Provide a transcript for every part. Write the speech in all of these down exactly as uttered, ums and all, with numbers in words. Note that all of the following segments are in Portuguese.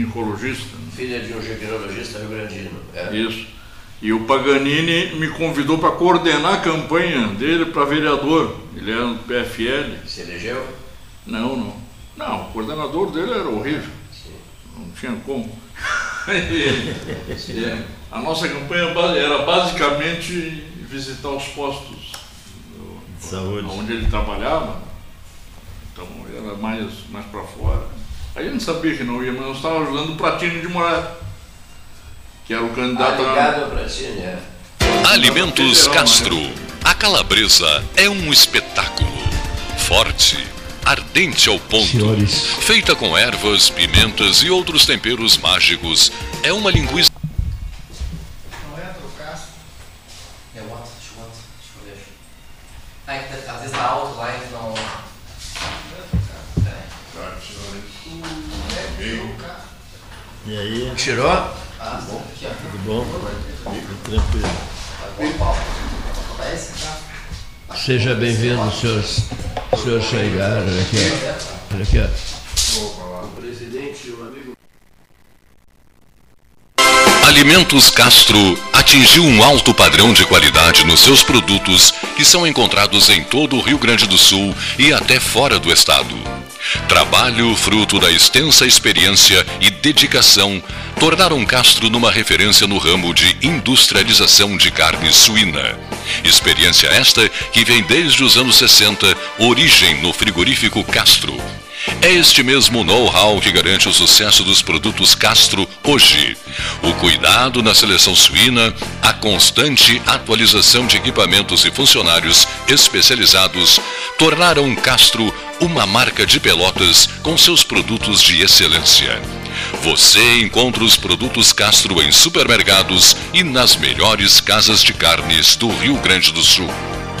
ginecologista. Filha de um ginecologista rio-grandino. É. Isso. E o Paganini me convidou para coordenar a campanha dele para vereador. Ele era do P F L. Se elegeu? Não, não. Não, o coordenador dele era horrível. Sim. Não tinha como. E, a nossa campanha era basicamente visitar os postos de saúde onde ele trabalhava. Então era mais, mais para fora. Aí a gente sabia que não ia, mas nós estávamos ajudando o Pratini de Moraes, que era o candidato. Ah, ligado ao Pratini, é. Alimentos Castro. A calabresa é um espetáculo. Forte, ardente ao ponto. Senhores. Feita com ervas, pimentas e outros temperos mágicos. É uma linguiça. Não entra o Castro? É o outro, deixa eu outro, deixa eu ver. Ah, é que às vezes tá alto lá e não. E aí? Tirou? Ah, bom. Aqui, ó. Tudo bom? Tudo tranquilo. Seja bem-vindo, senhor, senhor Chaigar. Olha aqui, ó. Olha aqui, ó. O presidente e o amigo. Alimentos Castro atingiu um alto padrão de qualidade nos seus produtos que são encontrados em todo o Rio Grande do Sul e até fora do estado. Trabalho fruto da extensa experiência e dedicação tornaram Castro numa referência no ramo de industrialização de carne suína. Experiência esta que vem desde os anos sessenta, origem no frigorífico Castro. É este mesmo know-how que garante o sucesso dos produtos Castro hoje. O cuidado na seleção suína, a constante atualização de equipamentos e funcionários especializados tornaram Castro uma marca de Pelotas com seus produtos de excelência. Você encontra os produtos Castro em supermercados e nas melhores casas de carnes do Rio Grande do Sul.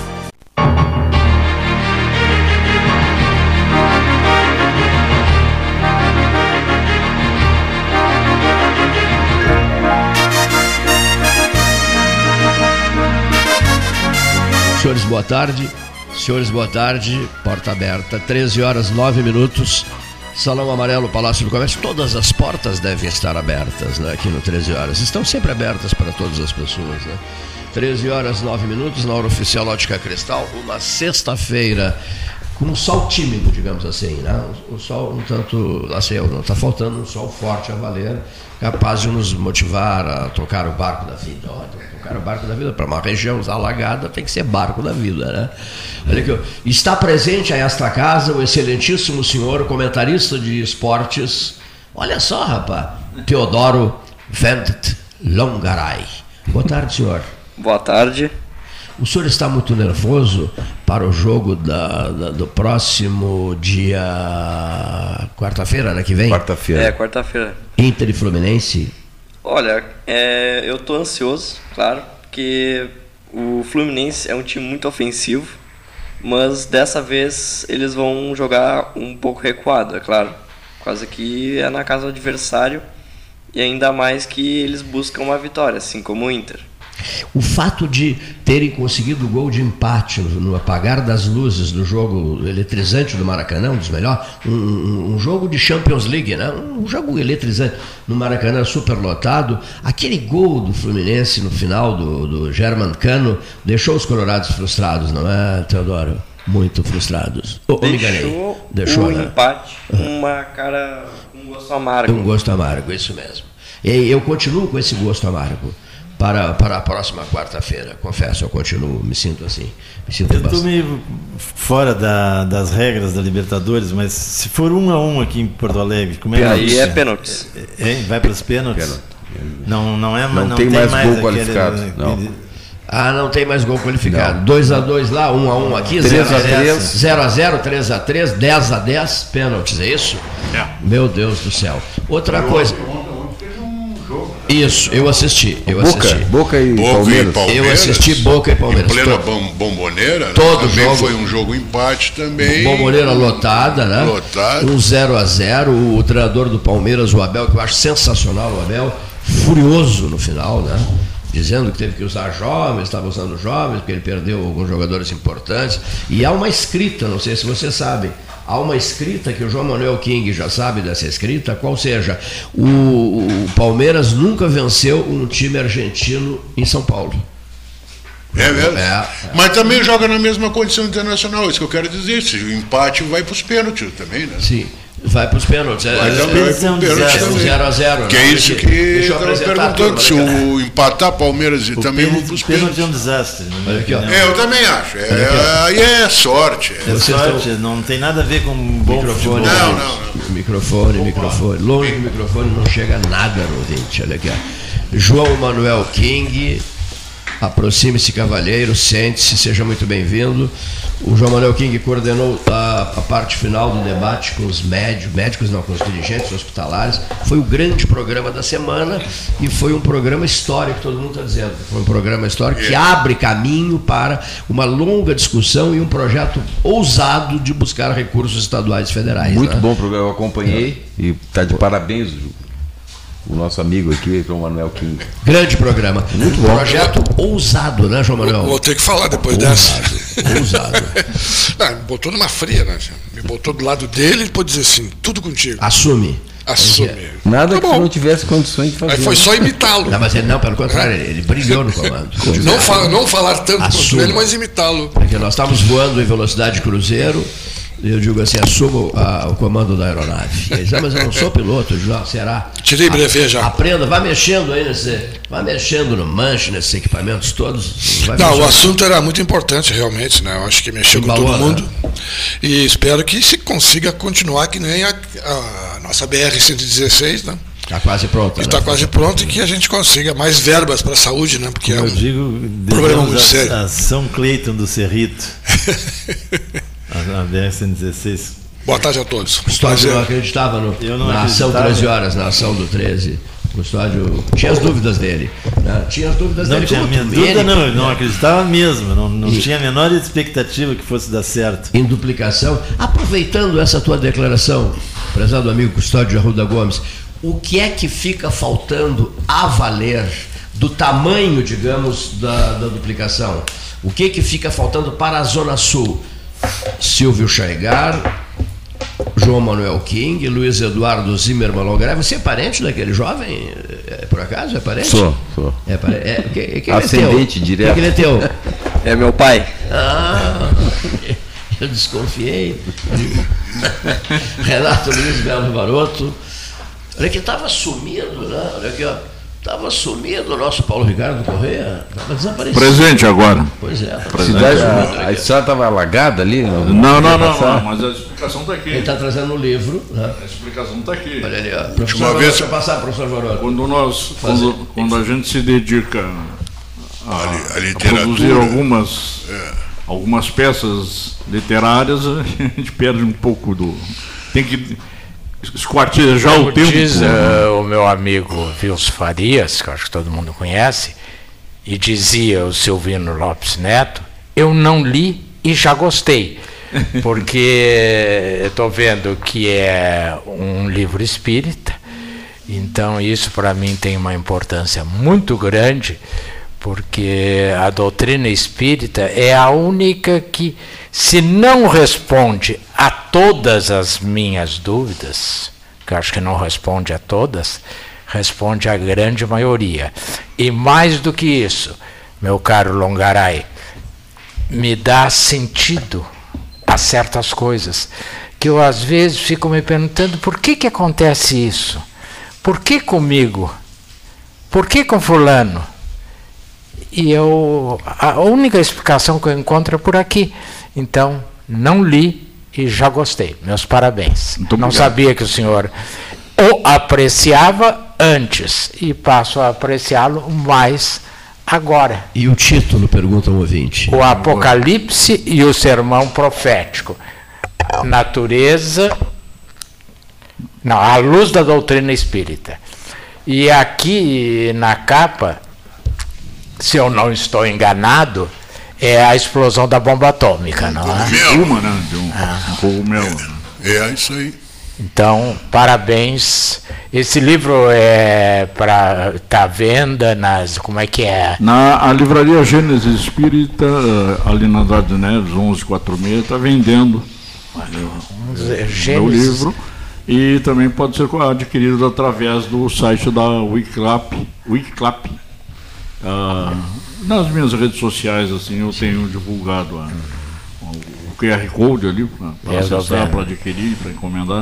Senhores, boa tarde. Senhores, boa tarde. Porta aberta. treze horas, nove minutos. Salão Amarelo, Palácio do Comércio. Todas as portas devem estar abertas, né, aqui no treze horas. Estão sempre abertas para todas as pessoas, né? treze horas, nove minutos, na hora oficial Ótica Cristal. Uma sexta-feira com um sol tímido, digamos assim, né? Um sol um tanto, assim, não está faltando um sol forte a valer, capaz de nos motivar a tocar o barco da vida. Tocar o barco da vida para uma região alagada tem que ser barco da vida, né? Olha aqui, está presente a esta casa o excelentíssimo senhor comentarista de esportes. Olha só, rapaz, Teodoro Vendt Longaray. Boa tarde, senhor. Boa tarde. O senhor está muito nervoso para o jogo da, da, do próximo dia... quarta-feira, né, que vem? Quarta-feira. É, quarta-feira. Inter e Fluminense? Olha, é, eu estou ansioso, claro, porque o Fluminense é um time muito ofensivo, mas dessa vez eles vão jogar um pouco recuado, é claro. Por causa que é na casa do adversário e ainda mais que eles buscam uma vitória, assim como o Inter. O fato de terem conseguido o gol de empate no, no apagar das luzes do jogo eletrizante do Maracanã, um dos melhores, um, um, um jogo de Champions League, né? Um jogo eletrizante no Maracanã superlotado, aquele gol do Fluminense no final do, do German Cano deixou os colorados frustrados, não é, Teodoro? Muito frustrados. Oh, deixou, deixou o né? empate uma cara, um gosto amargo. Um gosto amargo, isso mesmo. E eu continuo com esse gosto amargo. Para, para a próxima quarta-feira, confesso, eu continuo, me sinto assim. Me sinto eu estou meio fora da, das regras da Libertadores, mas se for um a um aqui em Porto Alegre, como é que aí é pênaltis. É, é, vai para os pênaltis? Não, não é, não, não tem, tem mais, mais gol aquele, qualificado. aquele, não. Ah, não tem mais gol qualificado. dois a dois lá, um a um aqui, zero a três, zero a zero, três a três, dez a dez, pênaltis, é isso? É. Meu Deus do céu. Outra coisa. Isso, eu assisti, eu Boca, assisti. Boca e Boca Palmeiras. E Palmeiras. Eu assisti Boca e Palmeiras. Em plena Todo, bomboneira, né? todo também jogo, foi um jogo empate também. Bomboneira lotada, né? Lotado. Um zero a zero. O treinador do Palmeiras, o Abel, que eu acho sensacional, o Abel, furioso no final, né? Dizendo que teve que usar jovens, estava usando jovens, porque ele perdeu alguns jogadores importantes. E há uma escrita, não sei se você sabe, há uma escrita que o João Manuel King já sabe dessa escrita, qual seja, o, o Palmeiras nunca venceu um time argentino em São Paulo. É mesmo? É, é. Mas também joga na mesma condição internacional, isso que eu quero dizer. Se o empate vai para os pênaltis também, né? Sim. Vai para os pênaltis. Vai também vai para o pênalti também. zero a zero. Que é isso que eu estava perguntando. Se o empatar Palmeiras e também vão para os pênaltis. Pênalti é um desastre. Olha aqui, ó. É, eu também acho. É, aí é sorte. É. É sorte, não tem nada a ver com um bom Microfone, futebol. Não, não, não. Microfone, microfone. Longe do microfone não chega nada no ouvinte. Olha aqui, ó. João Manuel King. Aproxime-se, cavalheiro, sente-se, seja muito bem-vindo. O João Manuel King coordenou a, a parte final do debate com os médicos, médicos não, com os dirigentes hospitalares. Foi o grande programa da semana e foi um programa histórico, todo mundo está dizendo. Foi um programa histórico que abre caminho para uma longa discussão e um projeto ousado de buscar recursos estaduais e federais. Muito né? bom programa, eu acompanhei é. e está de parabéns o nosso amigo aqui, João Manuel King. Grande programa. Muito um bom. Projeto ousado, né, João Manuel? Vou ter que falar depois ousado, dessa. Ousado. Não, me botou numa fria, né? Me botou do lado dele e pôde dizer assim, tudo contigo. Assume. Assume. Nada Tá que bom. não tivesse condições de fazer. Aí foi só imitá-lo. Não, mas ele não, pelo contrário, ele, ele brilhou no comando. Não, fala, não falar tanto quanto Assuma. ele, mas imitá-lo. Porque nós estávamos voando em velocidade cruzeiro, e eu digo assim, assumo a, o comando da aeronave. Ele diz, ah, mas eu não sou piloto. Eu digo, não, será? Tirei brevet já. Aprenda, vá mexendo aí nesse. Vá mexendo no manche, nesses equipamentos todos. Vai Não, mexendo. o assunto era muito importante, realmente, né? Eu acho que mexeu com Embalou, todo mundo. né? E espero que se consiga continuar que nem a, a nossa B R cento e dezesseis, né? Está quase pronta. Está né? quase pronto e que a gente consiga mais verbas para a saúde, né? Porque Como é eu um digo, problema muito devemos sério. a, a São Cleiton do Cerrito, a, a B R cento e dezesseis. Boa tarde a todos. Custódio não Prazer. acreditava no, Eu não na ação acreditava. treze horas, na ação do treze. Custódio tinha as dúvidas dele. Né? Tinha as dúvidas Não dele. tinha como minha tu, dúvida, ele, não, eu não acreditava mesmo, não, não E- tinha a menor expectativa que fosse dar certo. Em duplicação. Aproveitando essa tua declaração, prezado amigo Custódio de Arruda Gomes, o que é que fica faltando a valer do tamanho, digamos, da, da duplicação? O que é que fica faltando para a Zona Sul? Silvio Chaigar, João Manuel King, Luiz Eduardo Zimmermann Longaray. Você é parente daquele jovem, é, por acaso? É parente? Sou, sou. É, pare- é, que, que ele Ascendente é teu? direto. Que ele é teu? É meu pai. Ah, eu desconfiei. Renato Luiz Belo Varoto. Olha que estava sumido, né? Olha aqui, ó. Estava sumido o nosso Paulo Ricardo Corrêa. Estava desaparecido. Presente agora. Pois é. A cidade, a, a estrada estava alagada ali? Não, Não, não, não, passar? não, mas a explicação está aqui. Ele está trazendo um livro. Né? A explicação está aqui. Olha ali, ó. Última Professor Varoto, vez- deixa eu passar, professor Varoto. Quando, nós, Fazer. quando, quando a gente se dedica a, A li- a a literatura. produzir algumas, algumas peças literárias, a gente perde um pouco do. Tem que esquartejar o Como tempo. diz eh, o meu amigo Vilso Farias, que eu acho que todo mundo conhece, e dizia o Silvino Lopes Neto, eu não li e já gostei, porque estou vendo que é um livro espírita, então isso para mim tem uma importância muito grande, porque a doutrina espírita é a única que, se não responde a todas as minhas dúvidas, que eu acho que não responde a todas, responde à grande maioria. E mais do que isso, meu caro Longaray, me dá sentido a certas coisas, que eu às vezes fico me perguntando por que que acontece isso? Por que comigo? Por que com fulano? E eu, a única explicação que eu encontro é por aqui. Então, não li e já gostei. Meus parabéns. Muito Não obrigado. sabia que o senhor o apreciava antes e passo a apreciá-lo mais agora. E o título, pergunta um ouvinte. O Apocalipse e o Sermão Profético. Natureza. Não, a luz da doutrina espírita. E aqui na capa, se eu não estou enganado, é a explosão da bomba atômica, não é? Uma, né? De um, um cogumelo. É isso aí. Então, parabéns. Esse livro é para estar à venda nas. Como é que é? Na a livraria Gênesis Espírita, ali na Andrade Neves, onze quarenta e seis, está vendendo meu livro, e também pode ser adquirido através do site da Wikiclap, Wikiclap. Ah, nas minhas redes sociais, assim, eu tenho divulgado a, o Q R Code ali para acessar, para adquirir, para encomendar.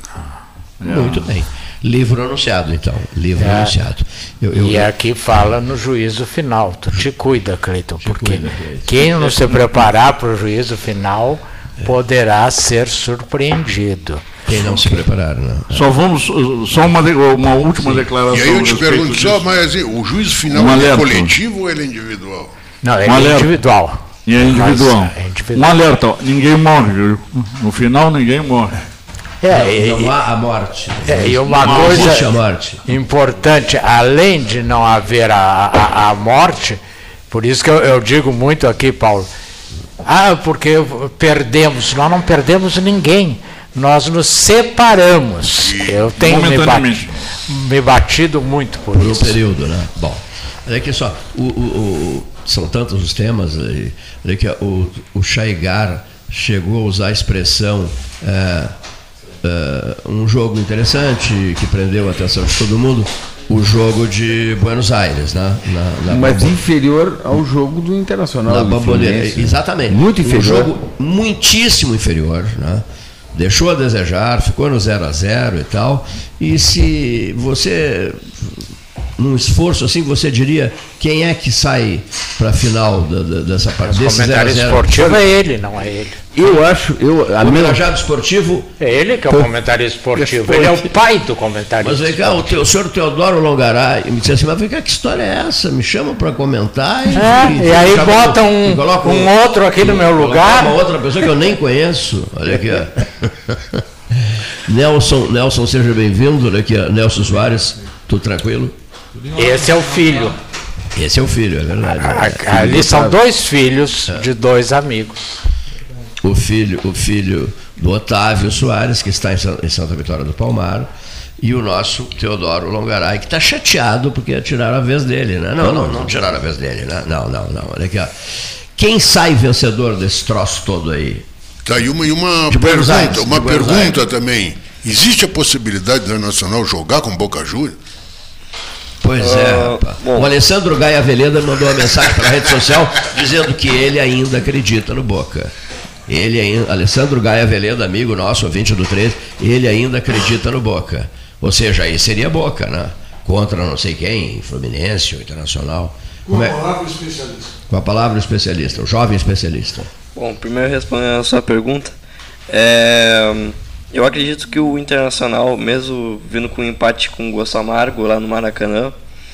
É. Muito bem. Livro anunciado, então. Livro é. anunciado. Eu, eu... E aqui fala no juízo final. Tu te cuida, Cleiton, te porque cuida, quem não se preparar para o juízo final poderá ser surpreendido. Quem não se preparar, não. Só vamos, só uma, uma última Sim. declaração. E aí eu te pergunto só, mas assim, o juízo final um é coletivo ou ele é individual? Não, ele um é individual. E é individual. Mas é individual. Um alerta, ó, ninguém morre, viu? No final ninguém morre. É, não, não há a morte. É, e uma não coisa a morte. importante, além de não haver a, a, a morte, por isso que eu, eu digo muito aqui, Paulo, ah, porque perdemos, nós não perdemos ninguém, nós nos separamos. Eu tenho me batido, me batido muito por, por isso. Por um período, né? Bom, olha aqui só, o, o, o, são tantos os temas, olha aqui, o, o Chaigar chegou a usar a expressão... É, Uh, um jogo interessante que prendeu a atenção de todo mundo, o jogo de Buenos Aires, né? na, na mas Bambo... inferior ao jogo do Internacional. Na Bamboneira, exatamente. Muito inferior. Um jogo muitíssimo inferior, né? Deixou a desejar, ficou no zero a zero e tal. E se você, num esforço assim, você diria quem é que sai para a final da, da, dessa partida? O comentário esportivo é ele, não é ele. Eu acho, eu, a o homenageado esportivo. É ele que é o comentário esportivo, ele é o pai do comentário mas esportivo. Mas vem cá, o, teu, o senhor Teodoro Longaray me disse assim, mas vem cá, que história é essa? Me chamam para comentar e, é, e, e aí bota um, um, um outro aqui no meu lugar. Uma outra pessoa que eu nem conheço. Olha aqui, ó. Nelson, Nelson, seja bem-vindo. Olha aqui, ó. Nelson Soares, tudo tranquilo? Esse é o filho. Esse é o filho, é verdade. A, ali são dois filhos é. de dois amigos. O filho, o filho do Otávio Soares, que está em Santa Vitória do Palmar, e o nosso Teodoro Longaray, que está chateado porque tiraram a vez dele, né? Não, não, não tiraram a vez dele, né? Não, não, não. Olha aqui, ó. Quem sai vencedor desse troço todo aí? Tá aí uma, uma pergunta, Aires, uma pergunta também. Existe a possibilidade do Nacional jogar com Boca Juniors? Pois uh, é, rapaz. O Alessandro Gaia Veleda mandou uma mensagem para a rede social dizendo que ele ainda acredita no Boca. Ele ainda, Alessandro Gaia Veleda, amigo nosso, ouvinte do treze, ele ainda acredita no Boca. Ou seja, aí seria Boca, né? Contra não sei quem, Fluminense ou Internacional. Com a palavra especialista. Com a palavra especialista, o jovem especialista. Bom, primeiro respondendo a sua pergunta, é, eu acredito que o Internacional, mesmo vindo com um empate com gosto amargo lá no Maracanã,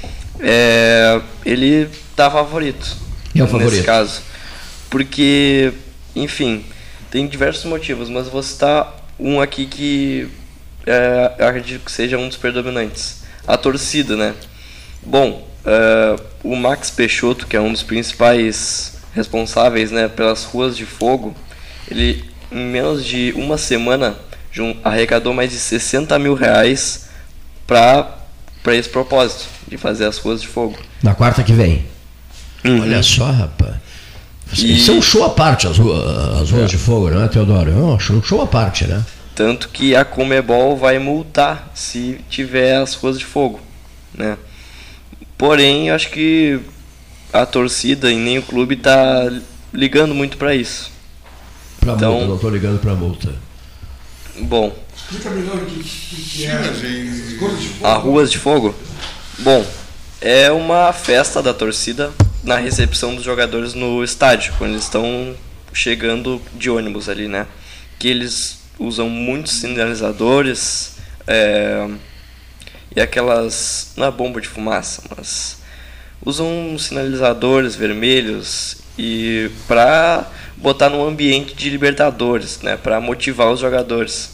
é, ele tá favorito. É o favorito. Nesse caso. Porque... Enfim, tem diversos motivos, mas vou citar um aqui que é, eu acredito que seja um dos predominantes. A torcida, né? Bom, é, o Max Peixoto, que é um dos principais responsáveis, né, pelas ruas de fogo, ele em menos de uma semana arrecadou mais de sessenta mil reais para esse propósito, de fazer as ruas de fogo. Na quarta que vem. Uhum. Olha só, rapaz. Isso é um show à parte, as ruas, as ruas é. de fogo, né, Teodoro? É um show à parte, né? Tanto que a Conmebol vai multar se tiver as ruas de fogo, né? Porém, eu acho que a torcida e nem o clube está ligando muito para isso. Para então, multa, não estou ligando para multa. Bom. Explica melhor o que, que é a ruas de fogo. Bom, é uma festa da torcida na recepção dos jogadores no estádio, quando eles estão chegando de ônibus ali, né? Que eles usam muitos sinalizadores é, e aquelas, não é bomba de fumaça, mas usam sinalizadores vermelhos e para botar num ambiente de Libertadores, né? Para motivar os jogadores.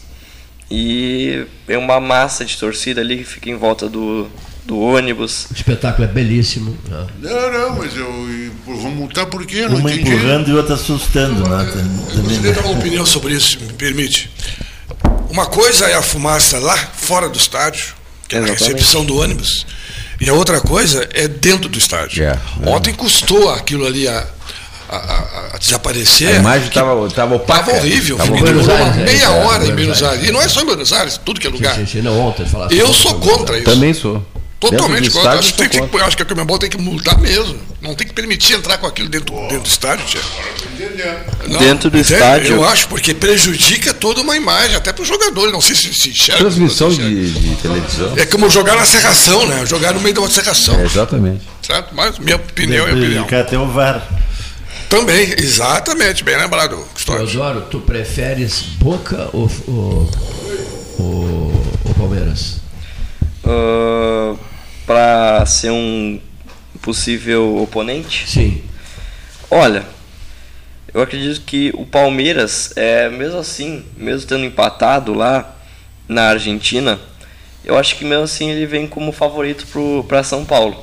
E é uma massa de torcida ali que fica em volta do do ônibus. O espetáculo é belíssimo. Não, não, não mas eu vou multar por quê? Não uma entendi. Empurrando e outra assustando. Né? Você tem uma opinião sobre isso, me permite? Uma coisa é a fumaça lá fora do estádio, que é a recepção do ônibus, e a outra coisa é dentro do estádio. Yeah, Ontem custou aquilo ali a, a, a, a desaparecer. A imagem estava opaca. Estava horrível. Tava Durou Buenos uma Aires, meia é, hora é, em Buenos Aires. Aires. E não é só em Buenos Aires, tudo que é lugar. Sim, sim, não, ontem falasse Eu sou contra isso. Também sou. Totalmente contra. Estádio, Acho que, tem que, contra. acho que a Comebol tem que multar mesmo. Não tem que permitir entrar com aquilo dentro, dentro do estádio, tia. Não, Dentro do entende? estádio. Eu acho, porque prejudica toda uma imagem, até para os jogadores. Não sei se se enxerga. Transmissão de, de televisão. É como jogar na serração, né? Jogar no meio de uma serração. É, exatamente. Certo? Mas minha opinião é Deve opinião. prejudicar até o V A R. Também, exatamente, bem lembrado. Teodoro, tu preferes Boca ou, ou, ou, ou Palmeiras? Uh, para ser um possível oponente? Sim. Olha, eu acredito que o Palmeiras, é, mesmo assim, mesmo tendo empatado lá na Argentina, eu acho que mesmo assim ele vem como favorito para São Paulo.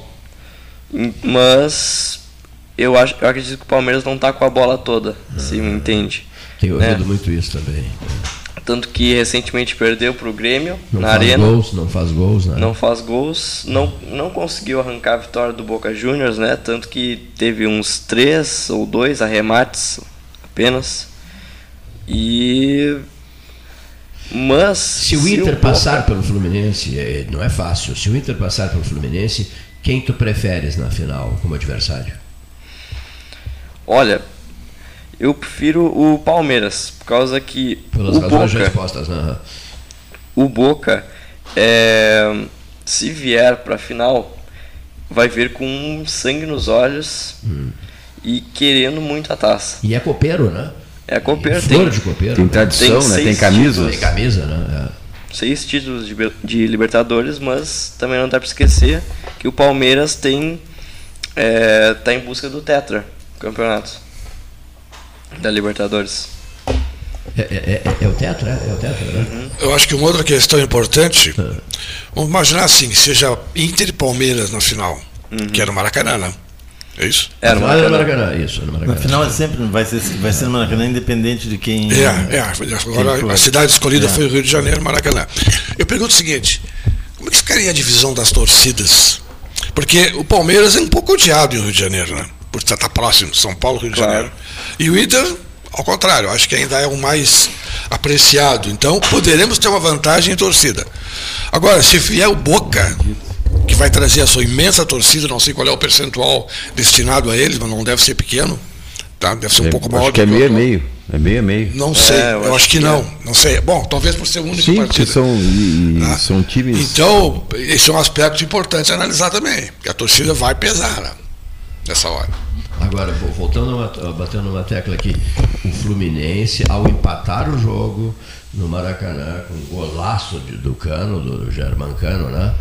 Mas eu, acho, eu acredito que o Palmeiras não está com a bola toda, ah, se me entende. Tenho ouvido né? muito isso também. Tanto que recentemente perdeu para o Grêmio não na faz Arena. Gols, não faz gols, né? Não faz gols. Não, não conseguiu arrancar a vitória do Boca Juniors, né? Tanto que teve uns três ou dois arremates apenas. E... Mas... Se o Inter passar pelo Fluminense, é, não é fácil. Se o Inter passar pelo Fluminense, quem tu preferes na final como adversário? Olha... Eu prefiro o Palmeiras, por causa que Pelas o razões Boca, respostas, né? o Boca é, se vier para a final, vai vir com sangue nos olhos hum. e querendo muito a taça. E é copeiro, né? É copeiro. Flor tem, de copeiro. Tem tradição, tem, né? Tem camisa. Tem camisa, né? É. Seis títulos de, de Libertadores, mas também não dá para esquecer que o Palmeiras tem é, tá em busca do Tetra campeonato da Libertadores. É, é, é, é o teto, né? É o teto, né? Uhum. Eu acho que uma outra questão importante, uhum. vamos imaginar assim, seja Inter e Palmeiras na final, uhum. que era no Maracanã, né? É isso? Era no Maracanã. Maracanã. Isso, no Maracanã. Na final é sempre vai ser, vai ser no Maracanã, independente de quem... É, é agora a cidade escolhida é. foi o Rio de Janeiro, Maracanã. Eu pergunto o seguinte, como é que ficaria a divisão das torcidas? Porque o Palmeiras é um pouco odiado no Rio de Janeiro, né? Por estar próximo, São Paulo, Rio de claro. Janeiro. E o Inter, ao contrário, acho que ainda é o mais apreciado. Então, poderemos ter uma vantagem em torcida. Agora, se vier o Boca, que vai trazer a sua imensa torcida, não sei qual é o percentual destinado a eles, mas não deve ser pequeno, tá? Deve ser um é, pouco maior. Acho que é meio a meio. É meio a meio. Não sei, é, eu, eu acho, acho que, que não. É. Não sei. Bom, talvez por ser o único Sim, partido. São, e, ah. são times. Então, esse é um aspecto importante a analisar também. Porque a torcida vai pesar, né? Nessa hora. Agora, voltando, uma, batendo uma tecla aqui, o Fluminense, ao empatar o jogo no Maracanã, com o golaço de, do Cano, do Germancano, né?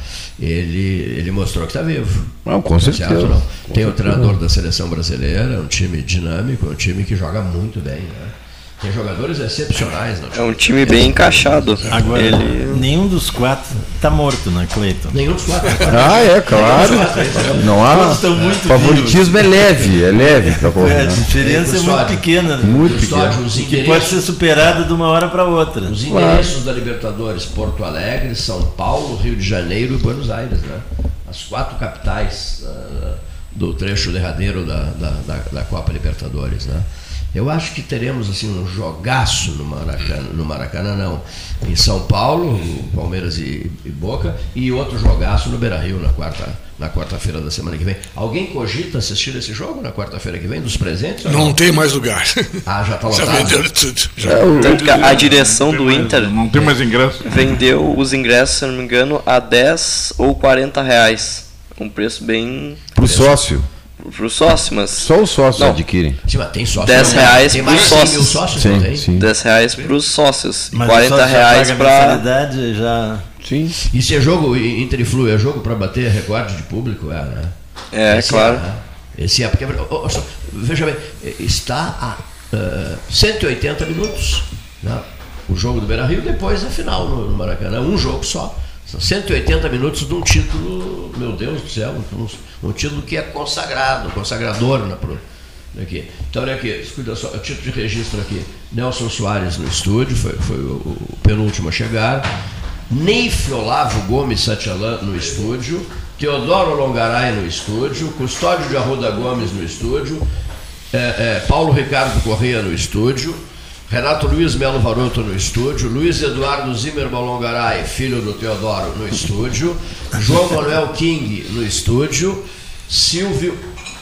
Ele, ele mostrou que está vivo. Não, com certeza. Certo, não? Com Tem certeza. o treinador da seleção brasileira, um time dinâmico, um time que joga muito bem, né? Tem jogadores excepcionais. No time. É um time bem encaixado. Agora, ele... nenhum dos quatro está morto, né, Cleiton? Nenhum dos quatro. Ah, é, claro. Não há. Favoritismo é leve, é leve. É, a diferença é muito pequena. Né? Muito pequena. Que pode ser superada de uma hora para outra. Os endereços da Libertadores: Porto Alegre, São Paulo, Rio de Janeiro e Buenos Aires, né? As quatro capitais uh, do trecho derradeiro da, da, da, da Copa Libertadores, né? Eu acho que teremos assim um jogaço no Maracanã, no Maracanã não, em São Paulo, Palmeiras e, e Boca, e outro jogaço no Beira-Rio na quarta, na quarta-feira da semana que vem. Alguém cogita assistir esse jogo na quarta-feira que vem, dos presentes? Não, não tem mais lugar. Ah, já está lotado. Já vendeu tudo. Já. Tanto que a direção do Inter não tem mais ingresso. Vendeu os ingressos, se não me engano, a dez ou quarenta reais. Um preço bem... Pro sócio. Pro sócio, mas... Só os sócios não. adquirem. Sim, mas tem sócio. dez reais tem para os sócios. sócios sim, tem? sim. dez reais para os sócios. Mas quarenta reais para... já... Sim. Isso é jogo, Inter e Flu, é jogo para bater recorde de público? É, né? É, Esse claro. É, né? Esse é, porque, oh, oh, veja bem, está a uh, cento e oitenta minutos, né? O jogo do Beira-Rio, depois a final no, no Maracanã, um jogo só. São cento e oitenta minutos de um título, meu Deus do céu, um, um título que é consagrado, consagrador na pro, aqui. Então, olha aqui, cuida só, o título de registro aqui. Nelson Soares no estúdio, foi, foi o, o penúltimo a chegar. Neif Olavo Gomes Satialan no estúdio. Teodoro Longaray no estúdio. Custódio de Arruda Gomes no estúdio. é, é, Paulo Ricardo Corrêa no estúdio, Renato Luiz Melo Varoto no estúdio, Luiz Eduardo Zimmermann Longaray, filho do Teodoro, no estúdio, João Manuel King no estúdio, Silvio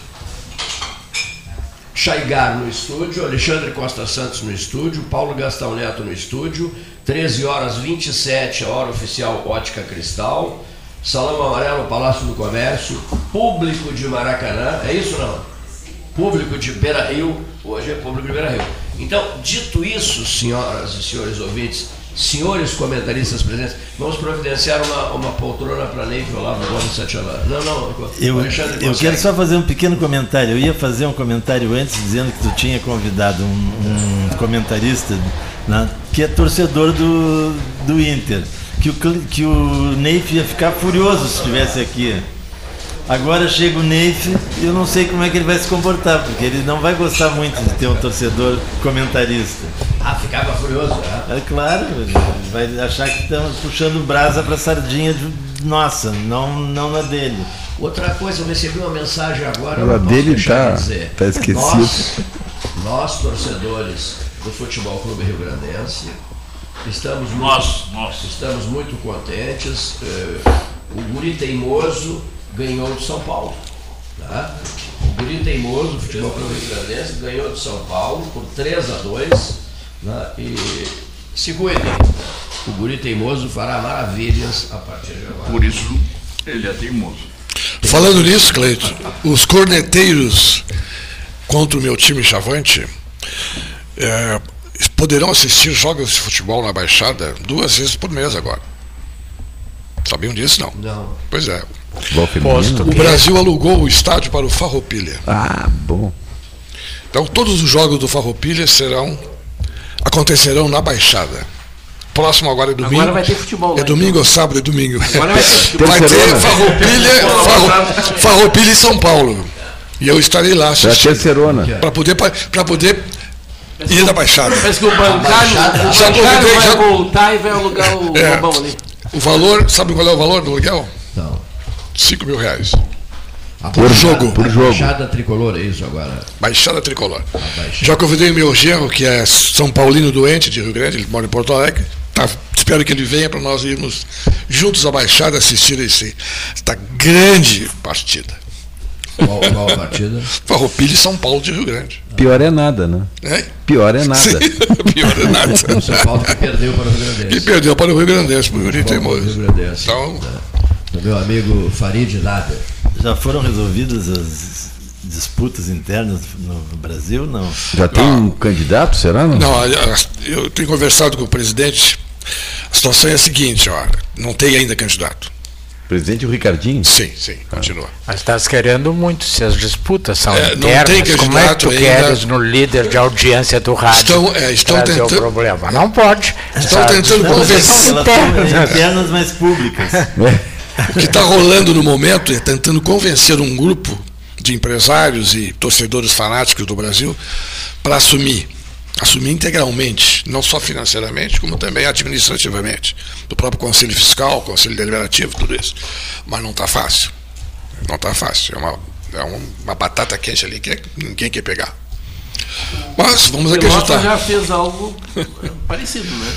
Chaigar no estúdio, Alexandre Costa Santos no estúdio, Paulo Gastão Neto no estúdio, treze horas e vinte e sete, a hora oficial Ótica Cristal, Salão Amarelo, Palácio do Comércio, público de Maracanã, é isso não? Público de Beira-Rio, hoje é público de Beira-Rio. Então, dito isso, senhoras e senhores ouvintes, senhores comentaristas presentes, vamos providenciar uma, uma poltrona para Neifel lá no Gomes Satialã. Não, não, eu, eu quero só fazer um pequeno comentário. Eu ia fazer um comentário antes, dizendo que tu tinha convidado um, um comentarista, né, que é torcedor do, do Inter, que o, que o Neif ia ficar furioso se estivesse aqui. Agora chega o Neif e eu não sei como é que ele vai se comportar, porque ele não vai gostar muito de ter um torcedor comentarista. Ah, ficava furioso, né? É claro, ele vai achar que estamos puxando brasa para a sardinha de nossa, não, não na dele. Outra coisa, eu recebi uma mensagem agora. Ela dele tá, dizer. tá esquecido. Nós, nós, torcedores do Futebol Clube Rio Grandense, estamos muito, nós, nós. estamos muito contentes. O Guri Teimoso ganhou de São Paulo. Tá? O Guri Teimoso, o Futebol Clube Rio Grandense, ganhou de São Paulo por três a dois. Tá? E se cuidem, o Guri Teimoso fará maravilhas a partir de agora. Por isso, ele é teimoso. Falando nisso, Cleito, os corneteiros contra o meu time Chavante é, poderão assistir jogos de futebol na Baixada duas vezes por mês agora. Sabiam disso, não? Não. Pois é. Posto, o Brasil alugou o estádio para o Farroupilha. Ah, bom. Então todos os jogos do Farroupilha serão acontecerão na Baixada. Próximo agora é domingo. Agora vai ter futebol. É domingo ou sábado? É domingo. Agora vai ter futebol. Vai ter Farroupilha, Farrou, Farroupilha e São Paulo. E eu estarei lá assistindo. Para poder, para poder ir na Baixada. Parece que o bancário, já o bancário vai já... voltar e vai alugar o é, Lobão ali. O valor, sabe qual é o valor do aluguel? Não. cinco mil reais. A por baixada, jogo. Por a jogo. Baixada Tricolor, é isso agora? Baixada Tricolor. Baixada. Já convidei o meu genro, que é São Paulino doente de Rio Grande, ele mora em Porto Alegre. Tá, espero que ele venha para nós irmos juntos à Baixada assistir esse, esta grande partida. Qual, qual a partida? Farroupilha e São Paulo de Rio Grande. Pior é nada, né? É? Pior é nada. Sim, pior é nada. O São Paulo que perdeu para o Rio Grandense. Que perdeu para o Rio Grandense, para o Rio Teimoso. Então, o meu amigo Farid Nader. Já foram resolvidas as disputas internas no Brasil? Não. Já tem não. um candidato, será? Não? Não, eu tenho conversado com o presidente. A situação é a seguinte, ó, não tem ainda candidato. Presidente o Ricardinho? Sim, sim, ah. continua. Mas estás querendo muito, se as disputas são é, internas, não tem como é que tu ainda. Queres no líder de audiência do rádio estão, é, estão trazer tentando, o problema? Não pode. Estão tentando convencer. Elas são internas, mas públicas. O que está rolando no momento é tentando convencer um grupo de empresários e torcedores fanáticos do Brasil para assumir, assumir integralmente, não só financeiramente, como também administrativamente, do próprio Conselho Fiscal, Conselho Deliberativo, tudo isso. Mas não está fácil. Não está fácil. É uma, é uma batata quente ali que ninguém quer pegar. Mas vamos acreditar. Você já fez algo parecido, né?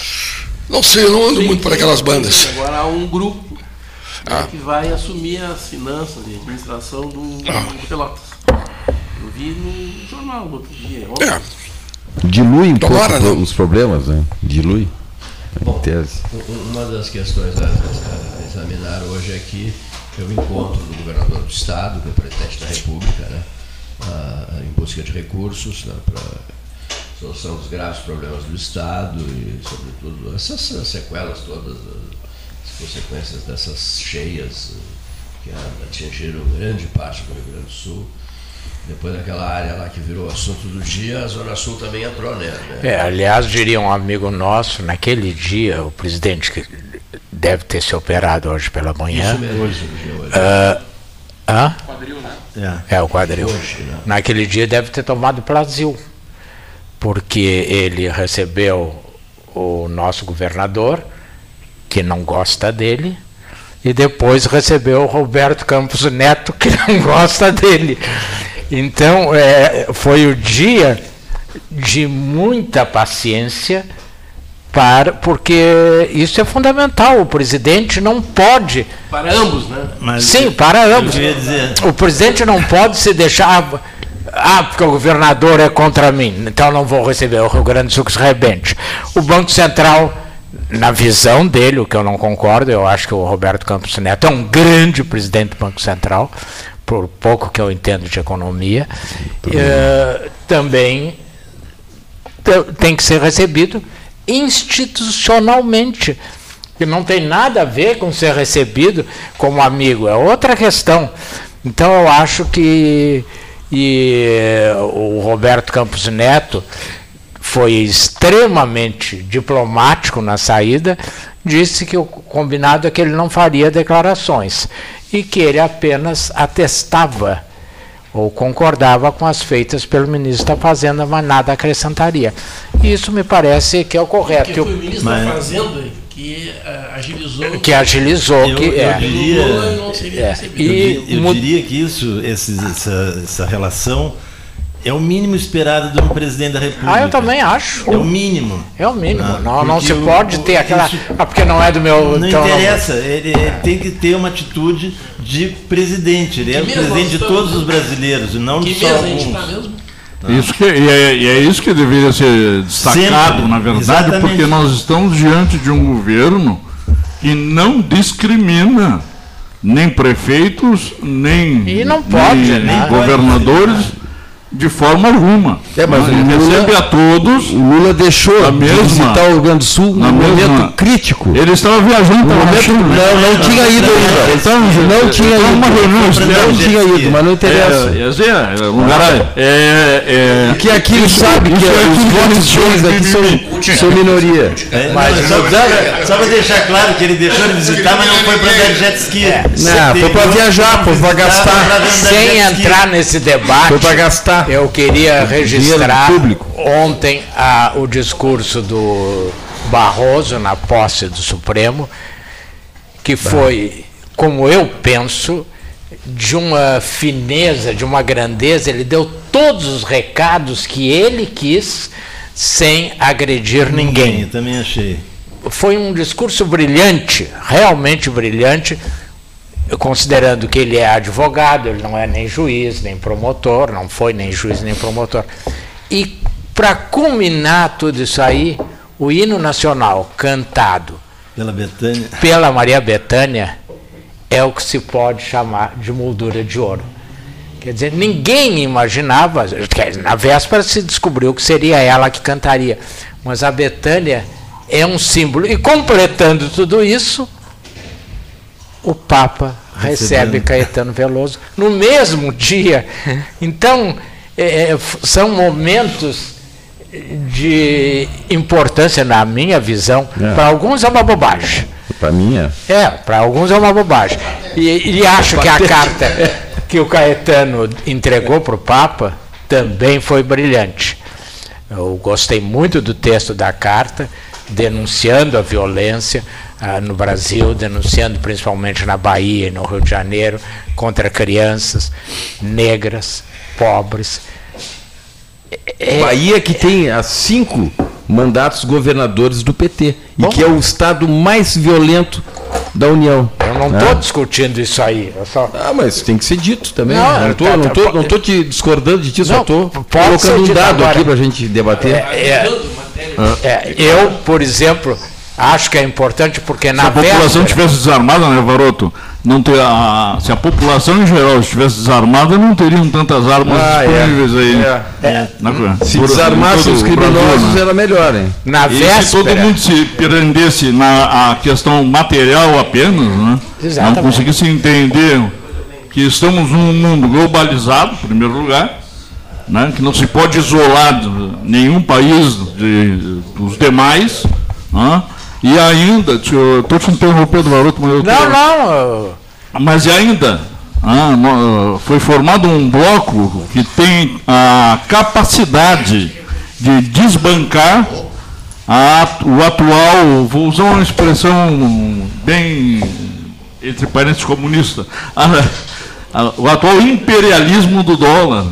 Não sei, eu não ando Sim, muito por aquelas bandas. Agora há um grupo ah. né, que vai assumir as finanças e administração do, ah. do Pelotas. Eu vi no jornal no outro dia. É. Dilui um Tomara, pouco não. os problemas, né? Dilui. Bom, uma das questões a examinar hoje é que é o encontro do governador do estado, do presidente da República, né, a, em busca de recursos, né, para a solução dos graves problemas do estado e, sobretudo, essas sequelas todas, as consequências dessas cheias que atingiram grande parte do Rio Grande do Sul. Depois daquela área lá que virou assunto do dia, a Zona Sul também entrou nela. Né? É, aliás, diria um amigo nosso, naquele dia, o presidente que deve ter se operado hoje pela manhã. Isso mesmo, hoje, hoje. Uh, hã? Quadril, né? É, é o quadril. Hoje, né? Naquele dia deve ter tomado Plasil, porque ele recebeu o nosso governador, que não gosta dele, e depois recebeu o Roberto Campos Neto, que não gosta dele. Então, é, foi o dia de muita paciência, para, porque isso é fundamental. O presidente não pode... Para ambos, né? Mas Sim, para ambos. Dizer... O presidente não pode se deixar... Ah, porque o governador é contra mim, então não vou receber o Rio Grande do Sul que se rebente. O Banco Central, na visão dele, o que eu não concordo, eu acho que o Roberto Campos Neto é um grande presidente do Banco Central, por pouco que eu entendo de economia, uh, também tem que ser recebido institucionalmente, que não tem nada a ver com ser recebido como amigo, é outra questão. Então eu acho que e o Roberto Campos Neto foi extremamente diplomático na saída, disse que o combinado é que ele não faria declarações e que ele apenas atestava ou concordava com as feitas pelo ministro da Fazenda, mas nada acrescentaria. Isso me parece que é o correto. Porque foi o ministro mas... da Fazenda que uh, agilizou. Que agilizou. Eu, que, eu, é. diria, é. E, eu, eu diria que isso, esse, essa, essa relação é o mínimo esperado de um presidente da República. Ah, eu também acho. É o mínimo. É o mínimo. Ah, não não se o, pode ter aquela... Isso, ah, porque não é do meu... Não então, interessa. Ele, ele tem que ter uma atitude de presidente. Ele que é o presidente de todos os brasileiros, e não de só alguns. Isso que, e, é, e é isso que deveria ser destacado, sempre, na verdade, exatamente. Porque nós estamos diante de um governo que não discrimina nem prefeitos, nem, e não pode, nem, né? nem governadores de forma alguma. É, mas ele recebe a todos. O Lula deixou a mesma, de visitar o Rio Grande do Sul num momento crítico. Ele estava viajando para momento, Não, não tinha ido ainda. Então, não tinha ido. Uma reunião não tinha ido, mas não interessa. É, é, lugar, é, é, Porque aqui ele sabe que os votos de homens daqui são, são minoria. É, mas só, só, só para deixar claro que ele deixou de visitar, mas não foi para andar de jet ski. É, não, foi para viajar, foi para gastar. Sem entrar nesse debate. Foi para gastar. Eu queria registrar ontem a, o discurso do Barroso na posse do Supremo, que foi, como eu penso, de uma fineza, de uma grandeza. Ele deu todos os recados que ele quis sem agredir ninguém. Eu também achei. Foi um discurso brilhante, realmente brilhante, considerando que ele é advogado, ele não é nem juiz, nem promotor, não foi nem juiz, nem promotor. E, para culminar tudo isso aí, o hino nacional cantado pela Bethânia, pela Maria Bethânia é o que se pode chamar de moldura de ouro. Quer dizer, ninguém imaginava, na véspera se descobriu que seria ela que cantaria, mas a Bethânia é um símbolo. E completando tudo isso, o Papa recebe Caetano Veloso no mesmo dia. Então, é, são momentos de importância, na minha visão. É. Para alguns é uma bobagem. Para mim é. É, para alguns é uma bobagem. E, e acho que a carta que o Caetano entregou para o Papa também foi brilhante. Eu gostei muito do texto da carta, denunciando a violência ah, no Brasil, denunciando principalmente na Bahia e no Rio de Janeiro, contra crianças negras, pobres. É, Bahia que tem há cinco mandatos governadores do P T, bom, e que é o estado mais violento da União. Eu não estou ah. discutindo isso aí. Eu só... Ah, mas tem que ser dito também. Não estou tá, não tô, tá, não tô te discordando de ti, não, só estou colocando um dado agora aqui para a gente debater. É, é, é, eu, por exemplo, acho que é importante porque na se a véspera... população estivesse desarmada, né, Varoto? Não ter a, se a população em geral estivesse desarmada, não teriam tantas armas ah, disponíveis é. aí. É. É. Na, se desarmassem os criminosos, Brasil, né? Era melhor, hein? Na e véspera... se todo mundo se prendesse na a questão material apenas, né? Exatamente. Não conseguisse entender que estamos num mundo globalizado, em primeiro lugar, né? Que não se pode isolar nenhum país de, dos demais, né? E ainda, estou te interrompendo, Varoto, mas eu Não, tô... não. Mas ainda ah, foi formado um bloco que tem a capacidade de desbancar a, o atual, vou usar uma expressão bem, entre parênteses, comunista, a, a, o atual imperialismo do dólar.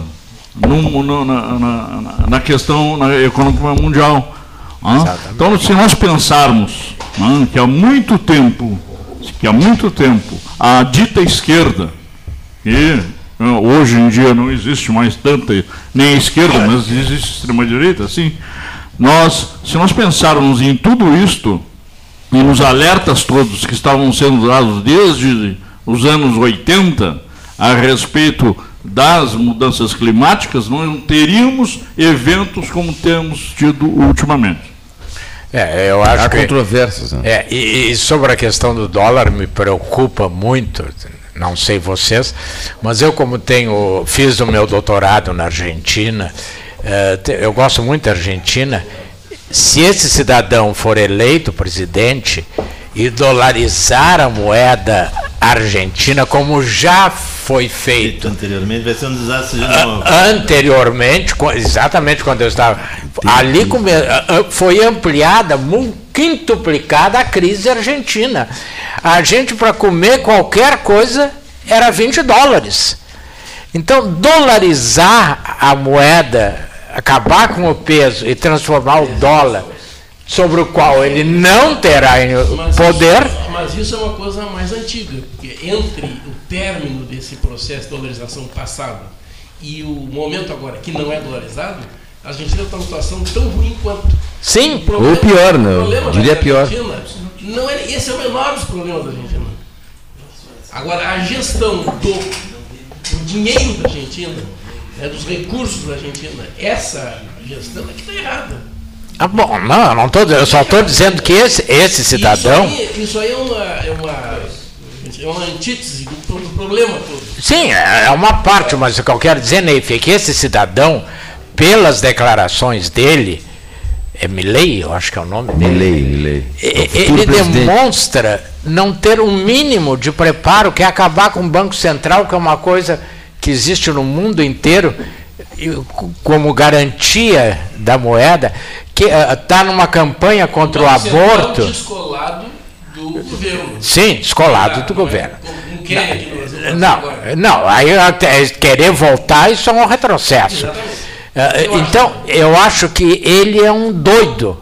no, no, na, na, na questão na econômica mundial. Ah? Então, se nós pensarmos ah, que há muito tempo, que há muito tempo, a dita esquerda, que ah, hoje em dia não existe mais tanta, nem a esquerda, mas existe extrema-direita, assim, nós, se nós pensarmos em tudo isto, e nos alertas todos que estavam sendo dados desde os anos oitenta, a respeito das mudanças climáticas, não teríamos eventos como temos tido ultimamente. É, eu acho Há que, controvérsias. Né? É, e, e sobre a questão do dólar me preocupa muito, não sei vocês, mas eu como tenho, fiz o meu doutorado na Argentina, eh, eu gosto muito da Argentina. Se esse cidadão for eleito presidente e dolarizar a moeda argentina, como já foi feito anteriormente, vai ser um desastre de novo. Anteriormente, exatamente quando eu estava ali, foi ampliada, quintuplicada a crise argentina. A gente, para comer qualquer coisa, era vinte dólares. Então, dolarizar a moeda, acabar com o peso e transformar o dólar, sobre o qual ele não terá mas poder. Isso, mas isso é uma coisa mais antiga, porque entre o término desse processo de dolarização passado e o momento agora que não é dolarizado, a Argentina está numa situação tão ruim quanto. Sim, problema, ou pior, não. Eu diria pior. Não é, esse é o menor dos problemas da Argentina. Agora, a gestão do, do dinheiro da Argentina, né, dos recursos da Argentina, essa gestão é que está errada. Ah, bom, não, eu, não tô, eu só estou dizendo que esse, esse cidadão... Isso aí, isso aí é, uma, é, uma, é uma antítese do, do problema todo. Sim, é uma parte, mas o que eu quero dizer, Neif, é que esse cidadão, pelas declarações dele, é Milei, eu acho que é o nome dele. Milei, Milei. Ele demonstra não ter um mínimo de preparo, que é acabar com o Banco Central, que é uma coisa que existe no mundo inteiro, como garantia da moeda, que está uh, numa campanha contra o, o aborto. Descolado do governo. Sim, descolado do governo. Não, não, não, aí até querer voltar, isso é um retrocesso. Uh, então, eu acho que ele é um doido,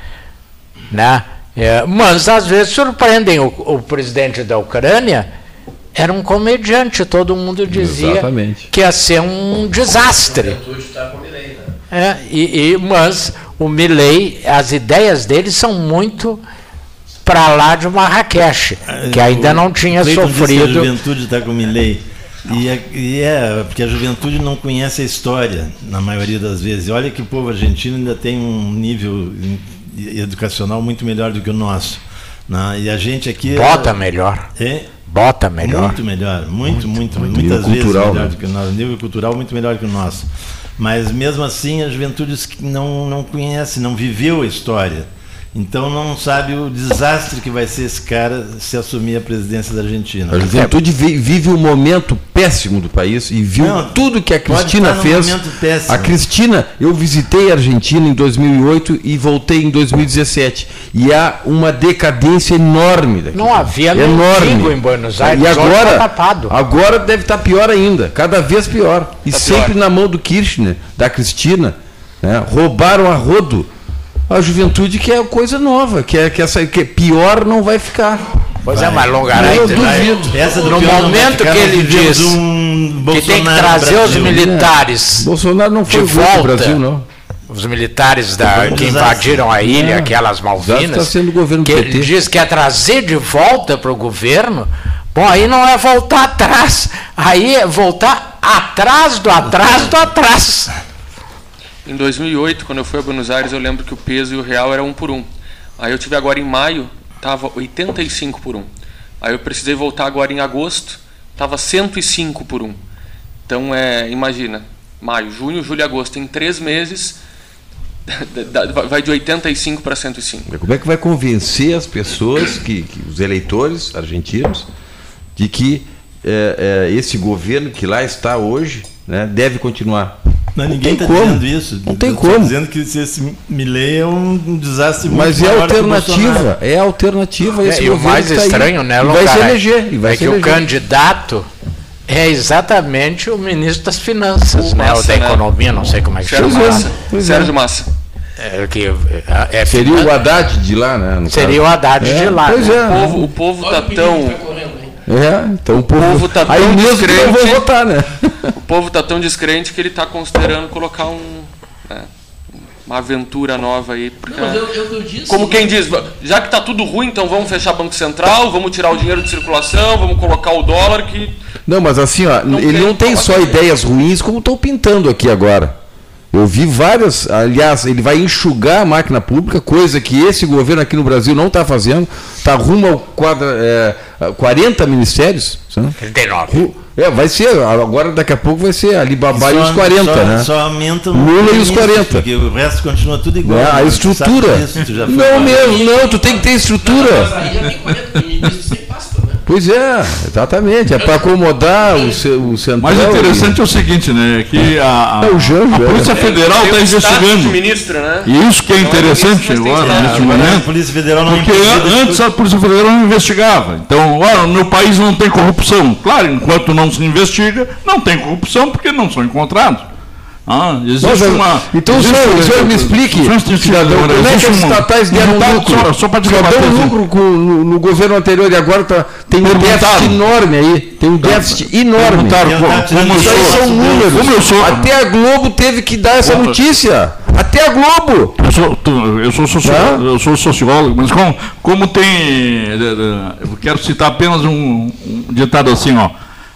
né? É, mas às vezes surpreendem. O, o presidente da Ucrânia era um comediante, todo mundo dizia Exatamente. que ia ser um desastre. É, e, e, mas o Milei, as ideias dele são muito para lá de Marrakech, que ainda não tinha Cleiton sofrido. Disse que a juventude está com o Milei. E é, e é, porque a juventude não conhece a história, na maioria das vezes. E olha que o povo argentino ainda tem um nível educacional muito melhor do que o nosso. Né? E a gente aqui... Bota melhor. É, Bota melhor. Muito melhor, muito, muito, muito muitas vezes cultural, melhor né? do que o nosso. Nível cultural muito melhor que o nosso. Mas mesmo assim a juventude não, não conhece, não viveu a história. Então não sabe o desastre que vai ser esse cara se assumir a presidência da Argentina. A juventude vive um momento péssimo do país e viu não, tudo que a Cristina fez. A Cristina, eu visitei a Argentina em dois mil e oito e voltei em dois mil e dezessete. E há uma decadência enorme daqui. Não havia enorme em Buenos Aires. E agora, agora deve estar pior ainda, cada vez pior. E tá sempre pior. Na mão do Kirchner, da Cristina, né? Roubaram a rodo a juventude, que é coisa nova, que é que essa que pior não vai ficar. Pois vai. é, mas Longaray, eu duvido. Essa no momento que ele diz um que tem que trazer os militares é. Bolsonaro não foi de volta, no Brasil, não. Os militares da, que invadiram a ilha, é. aquelas Malvinas, está sendo o governo que ele diz que é trazer de volta para o governo. Bom, aí não é voltar atrás, aí é voltar atrás do atrás do atrás. Em dois mil e oito, quando eu fui a Buenos Aires, eu lembro que o peso e o real era um por um. Aí eu tive agora em maio, estava oitenta e cinco por um. Aí eu precisei voltar agora em agosto, estava cento e cinco por um. Então, é, imagina, maio, junho, julho e agosto, em três meses, vai de oitenta e cinco para cento e cinco. Como é que vai convencer as pessoas, que, que os eleitores argentinos, de que é, é, esse governo que lá está hoje, né, deve continuar? Não, ninguém está dizendo isso. Não tem eu como. dizendo que esse Milei é um desastre muito Mas é alternativa, é alternativa. É, esse e o mais tá estranho, aí, né, e vai se eleger. E vai é se que eleger. o candidato É exatamente o ministro das Finanças, o né? Massa, Ou da né? Economia, não sei como é que Sérgio chama. Massa. Sérgio Massa. É, que, é, Seria o Haddad de lá, né? Seria caso. o Haddad é, de lá. Pois né? é. O povo, o povo tá tão... É, então o povo, o povo tá tão aí mesmo descrente, que não vou votar, né? O povo tá tão descrente que ele tá considerando colocar um, né, uma aventura nova aí. Porque, Não, mas eu, eu, eu disse, como quem diz, já que tá tudo ruim, então vamos fechar Banco Central, vamos tirar o dinheiro de circulação, vamos colocar o dólar que... Não, mas assim, ó, Não ele tem- não tem só ideias ruins, como estão pintando aqui agora. Eu vi várias, aliás, ele vai enxugar a máquina pública, coisa que esse governo aqui no Brasil não está fazendo. Está rumo ao quadra, é, quarenta ministérios. Sabe? trinta e nove. É, vai ser, agora daqui a pouco vai ser Alibaba e os quarenta, só, né? Só aumenta o Lula e os quarenta. Porque o resto continua tudo igual. É, a né? estrutura. Tu sabe disso, tu já foi Não lá. mesmo, não, tu tem que ter estrutura. Mas aí já tem quarenta ministros sem pasta, né? Pois é, exatamente. É para acomodar o, ce- o central. Mas o interessante é o seguinte, né? Que a, a, É o Janjo, a Polícia é. Federal Tem está o status de investigando. ministro, né? E isso que é Não é interessante ministro, mas tem agora, status. nesse Agora a momento. Polícia Federal não Porque impediu de- antes a Polícia Federal não investigava. Então, olha, no país não tem corrupção. Claro, enquanto não se investiga, não tem corrupção porque não são encontrados. Ah, existe Nossa, uma. então, existe senhor, uma- o senhor me explique, existe- cidadão, como é que existe as uma- estatais deram Tá, lucro? Só, só para te Só rebater, deu assim. lucro com- no, no governo anterior e agora tá, tem um Perguntaram. déficit enorme aí. Tem um déficit enorme. Perguntaram como, como eu Isso aí sou. são números. Como eu sou. Até a Globo teve que dar essa Como- notícia. Até a Globo. Eu sou, tu- eu sou, socio- Tá? eu sou sociólogo, mas como, como tem. eh, eh, Eu quero citar apenas um, um ditado assim, ó.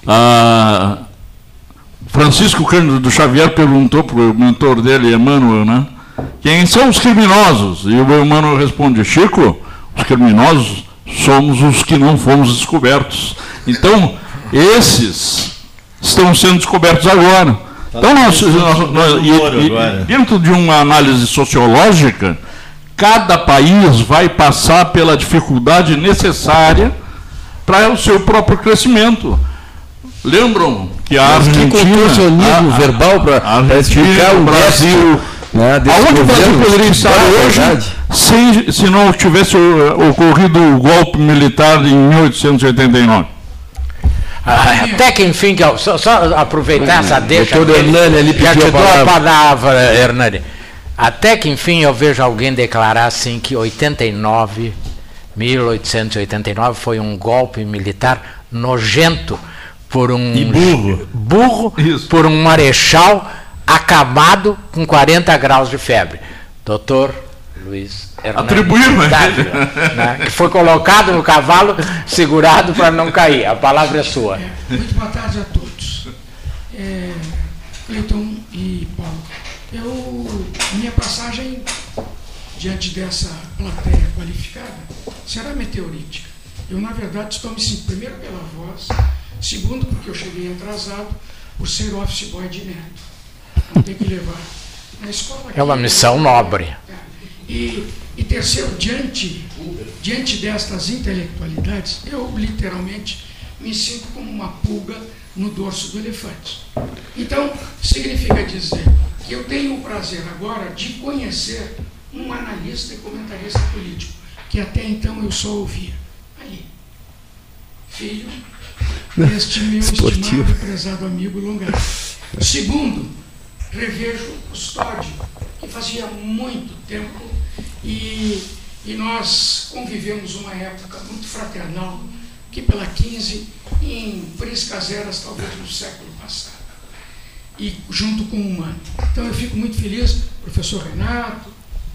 Ah, Francisco Cândido Xavier perguntou para o mentor dele, Emmanuel, né? Quem são os criminosos? E o Emmanuel responde, Chico, os criminosos somos os que não fomos descobertos. Então, esses estão sendo descobertos agora. Então, nós, nós, nós- e- e- dentro de uma análise sociológica, cada país vai passar pela dificuldade necessária para o seu próprio crescimento. Lembram que a Mas que Argentina, contorcionismo a- a- verbal para a Argentina, explicar o o Brasil, né, desse aonde o Brasil governo, poderia que estar barbaridade. hoje se, se não tivesse uh, ocorrido o golpe militar em mil oitocentos e oitenta e nove? Ah, até que enfim, que eu- só, só aproveitar essa deixa. doutor dele, Hernani ali já pediu te a dou a palavra. palavra, Hernani. Até que enfim eu vejo alguém declarar assim que oitenta e nove, mil oitocentos e oitenta e nove foi um golpe militar nojento por um E burro. burro Isso. por um marechal acamado com quarenta graus de febre. Doutor Luiz Hernani Atribuíram a ele. Dávila, né, que foi colocado no cavalo, segurado para não cair. A palavra é sua. Muito boa tarde a todos. É, Cleiton e Paulo. Eu, minha passagem diante dessa plateia qualificada será meteorítica. Eu, na verdade, estou me sentindo, primeiro pela voz, segundo porque eu cheguei atrasado por ser office boy de neto. Não tem que levar na escola. É uma aqui, missão nobre. E, e terceiro, diante, diante destas intelectualidades, eu literalmente me sinto como uma pulga no dorso do elefante. Então, significa dizer que eu tenho o prazer agora de conhecer um analista e comentarista político, que até então eu só ouvia. Ali, filho deste meu Esportivo. estimado e prezado amigo Longar. Segundo, revejo o Custódio, que fazia muito tempo e, e nós convivemos uma época muito fraternal, que pela quinze, em Priscas Eras, talvez no século passado, e junto com o Mano. Então eu fico muito feliz, professor Renato,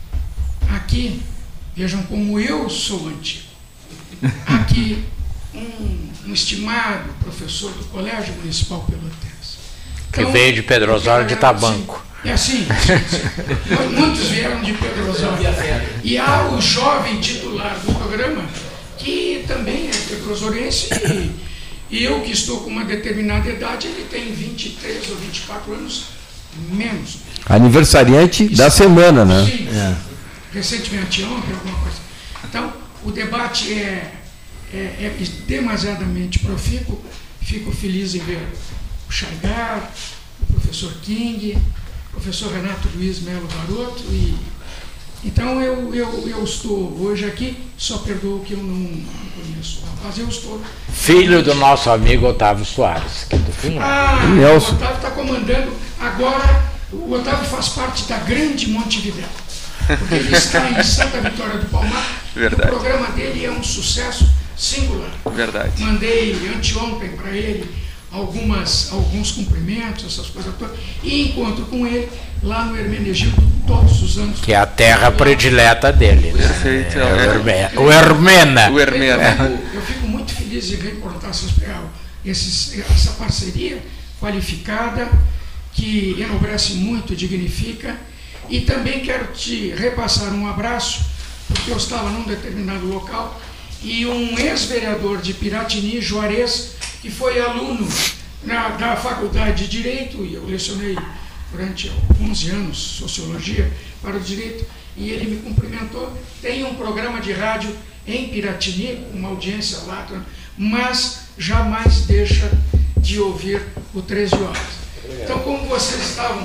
aqui, vejam como eu sou antigo, aqui um, um estimado professor do Colégio Municipal Pelotense. Que veio de Pedro Osório de Tabanco. É assim, sim, sim. Muitos vieram de Pedro Osório. E há o jovem titular do programa, que também é pedrosoriense, e, e eu que estou com uma determinada idade, ele tem vinte e três ou vinte e quatro anos menos. Aniversariante da semana, né? Sim, recentemente, ontem, alguma coisa. Então, o debate é, é, é demasiadamente profícuo. Fico feliz em ver o Chaigar, o professor King, o professor Renato Luiz Melo Varoto, e Então eu, eu, eu estou hoje aqui, só perdoo que eu não, não conheço, mas eu estou... Filho do nosso amigo Otávio Soares, que é do Cunhado. Ah, o Otávio está comandando, agora o Otávio faz parte da Grande Montevidéu, porque ele está em Santa Vitória do Palmar. Verdade. O programa dele é um sucesso singular. Verdade. Mandei anteontem para ele algumas, alguns cumprimentos, essas coisas todas, e encontro com ele lá no Hermenegildo todos os anos. Que é a terra predileta dele. Né? Perfeito. É, o, Herme, o Hermena. O Hermena. Eu, eu fico muito feliz de reportar esses, essa parceria qualificada, que enobrece muito, dignifica, e também quero te repassar um abraço, porque eu estava num determinado local, e um ex-vereador de Piratini, Juarez, que foi aluno na, da Faculdade de Direito, e eu lecionei durante onze anos Sociologia para o Direito, e ele me cumprimentou. Tem um programa de rádio em Piratini, uma audiência lá, mas jamais deixa de ouvir o treze horas. Então, como vocês estavam,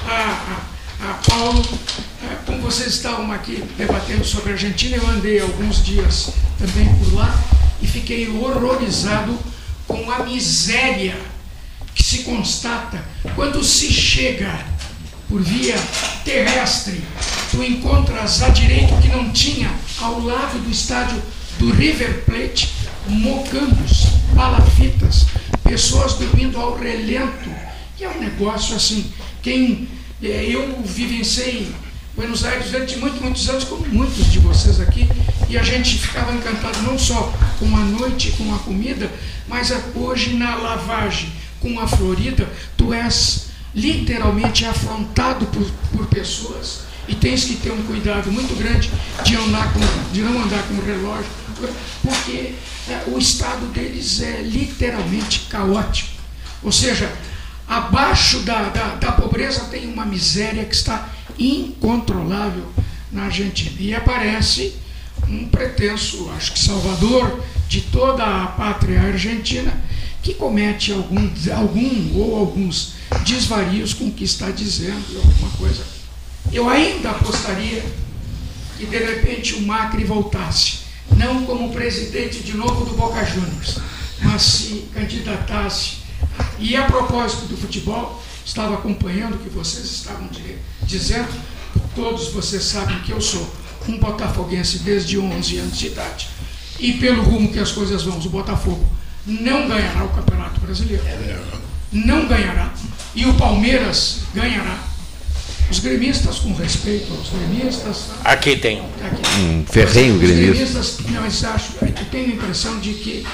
a, a, a Paulo, a, como vocês estavam aqui debatendo sobre a Argentina, eu andei alguns dias também por lá e fiquei horrorizado com a miséria que se constata quando se chega por via terrestre. Tu encontras à direita que não tinha, ao lado do estádio do River Plate, mocambos, palafitas, pessoas dormindo ao relento. E é um negócio assim, quem eu vivenciei Buenos Aires durante muitos, muitos anos, como muitos de vocês aqui, e a gente ficava encantado não só com a noite, com a comida, mas hoje na lavagem, com a Florida, tu és literalmente afrontado por, por pessoas e tens que ter um cuidado muito grande de, andar com, de não andar com o relógio, porque é, o estado deles é literalmente caótico. Ou seja, abaixo da, da, da pobreza tem uma miséria que está incontrolável na Argentina. E aparece um pretenso, acho que salvador de toda a pátria argentina, que comete algum, algum ou alguns desvarios com o que está dizendo, alguma coisa. Eu ainda apostaria que de repente o Macri voltasse, não como presidente de novo do Boca Juniors, mas se candidatasse. E a propósito do futebol, estava acompanhando o que vocês estavam dizendo, todos vocês sabem que eu sou um botafoguense desde onze anos de idade, e pelo rumo que as coisas vão, o Botafogo não ganhará o Campeonato Brasileiro, não ganhará, e o Palmeiras ganhará. Os gremistas, com respeito aos gremistas... Aqui tem aqui, um ferrenho gremista. Os gremistas, não, mas acho, eu tenho a impressão de que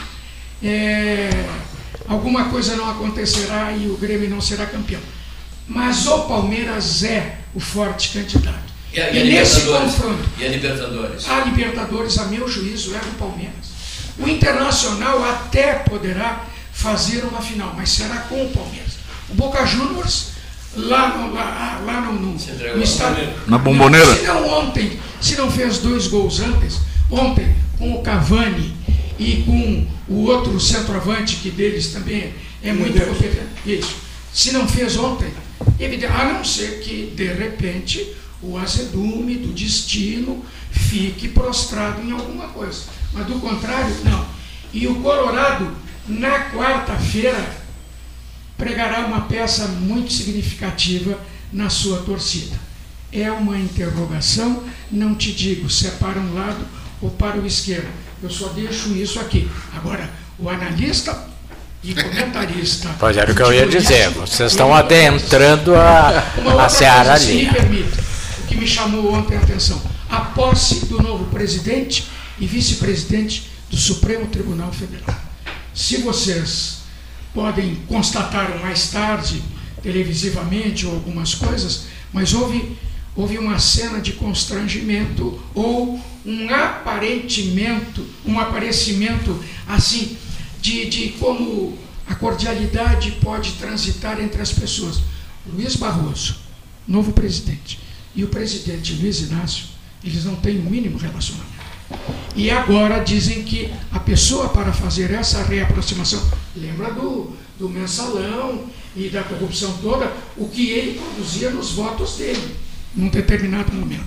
é, alguma coisa não acontecerá e o Grêmio não será campeão. Mas o Palmeiras é o forte candidato. E a, e, e nesse confronto... E a Libertadores? A Libertadores, a meu juízo, é o Palmeiras. O Internacional até poderá fazer uma final, mas será com o Palmeiras. O Boca Juniors, lá no, lá, lá no, no, no estado... Na Bomboneira? Se não ontem, se não fez dois gols antes, ontem, com o Cavani e com o outro centroavante, que deles também é muito competente. Isso. Se não fez ontem, a não ser que, de repente, o azedume do destino fique prostrado em alguma coisa. Mas, do contrário, não. E o Colorado, na quarta-feira, pregará uma peça muito significativa na sua torcida. É uma interrogação, não te digo se é para um lado ou para o esquerdo. Eu só deixo isso aqui. Agora, o analista e comentarista... Pois era o que eu ia dizer, vocês estão adentrando a, a seara ali. Se me permite, o que me chamou ontem a atenção, a posse do novo presidente e vice-presidente do Supremo Tribunal Federal. Se vocês podem constatar mais tarde, televisivamente, ou algumas coisas, mas houve, houve uma cena de constrangimento ou um aparentimento, um aparecimento assim, de, de como a cordialidade pode transitar entre as pessoas. Luiz Barroso, novo presidente, e o presidente Luiz Inácio, eles não têm o mínimo relacionamento. E agora dizem que a pessoa para fazer essa reaproximação, lembra do, do mensalão e da corrupção toda, o que ele produzia nos votos dele, num determinado momento.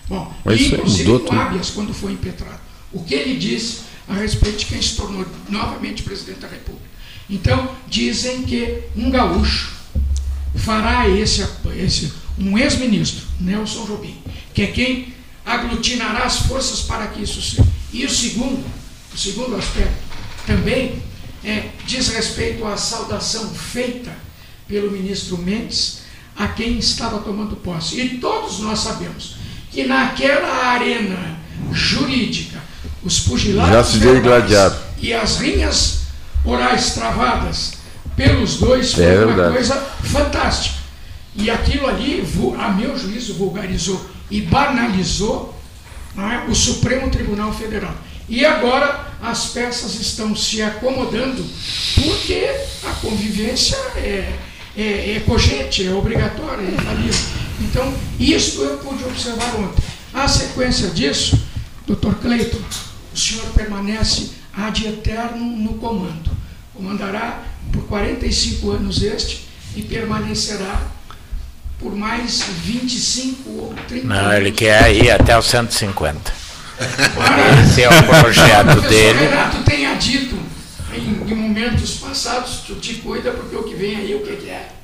Bom, Mas e isso inclusive mudou com tudo. habeas, quando foi impetrado. O que ele disse a respeito de quem se tornou novamente presidente da República. Então, dizem que um gaúcho fará esse, esse um ex-ministro, Nelson Jobim, que é quem aglutinará as forças para que isso seja. E o segundo, o segundo aspecto, também é, diz respeito à saudação feita pelo ministro Mendes a quem estava tomando posse. E todos nós sabemos que naquela arena jurídica, os pugilatos Já se degladiaram. e as rinhas orais travadas pelos dois foi É uma verdade. coisa fantástica. E aquilo ali, a meu juízo, vulgarizou e banalizou, não é, o Supremo Tribunal Federal. E agora as peças estão se acomodando porque a convivência é, é, é cogente, é obrigatória, é infalível. Então, isso eu pude observar ontem. A sequência disso, doutor Cleiton, o senhor permanece ad eterno no comando. Comandará por quarenta e cinco anos este e permanecerá por mais vinte e cinco ou trinta Não, anos. ele quer ir até os cento e cinquenta. Esse é o projeto o dele. O Renato tenha dito em, em momentos passados, tu te cuida porque o que vem aí, o que, que é?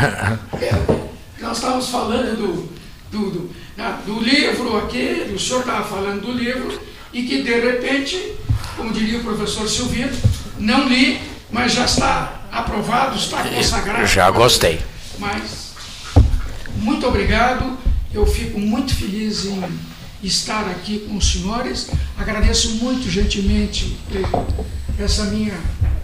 é? Nós estávamos falando do, do, do, ah, do livro aqui, o senhor estava falando do livro, e que de repente, como diria o professor Silvino, não li, mas já está aprovado, está consagrado. Já gostei. Mas, muito obrigado, eu fico muito feliz em estar aqui com os senhores, agradeço muito gentilmente essa minha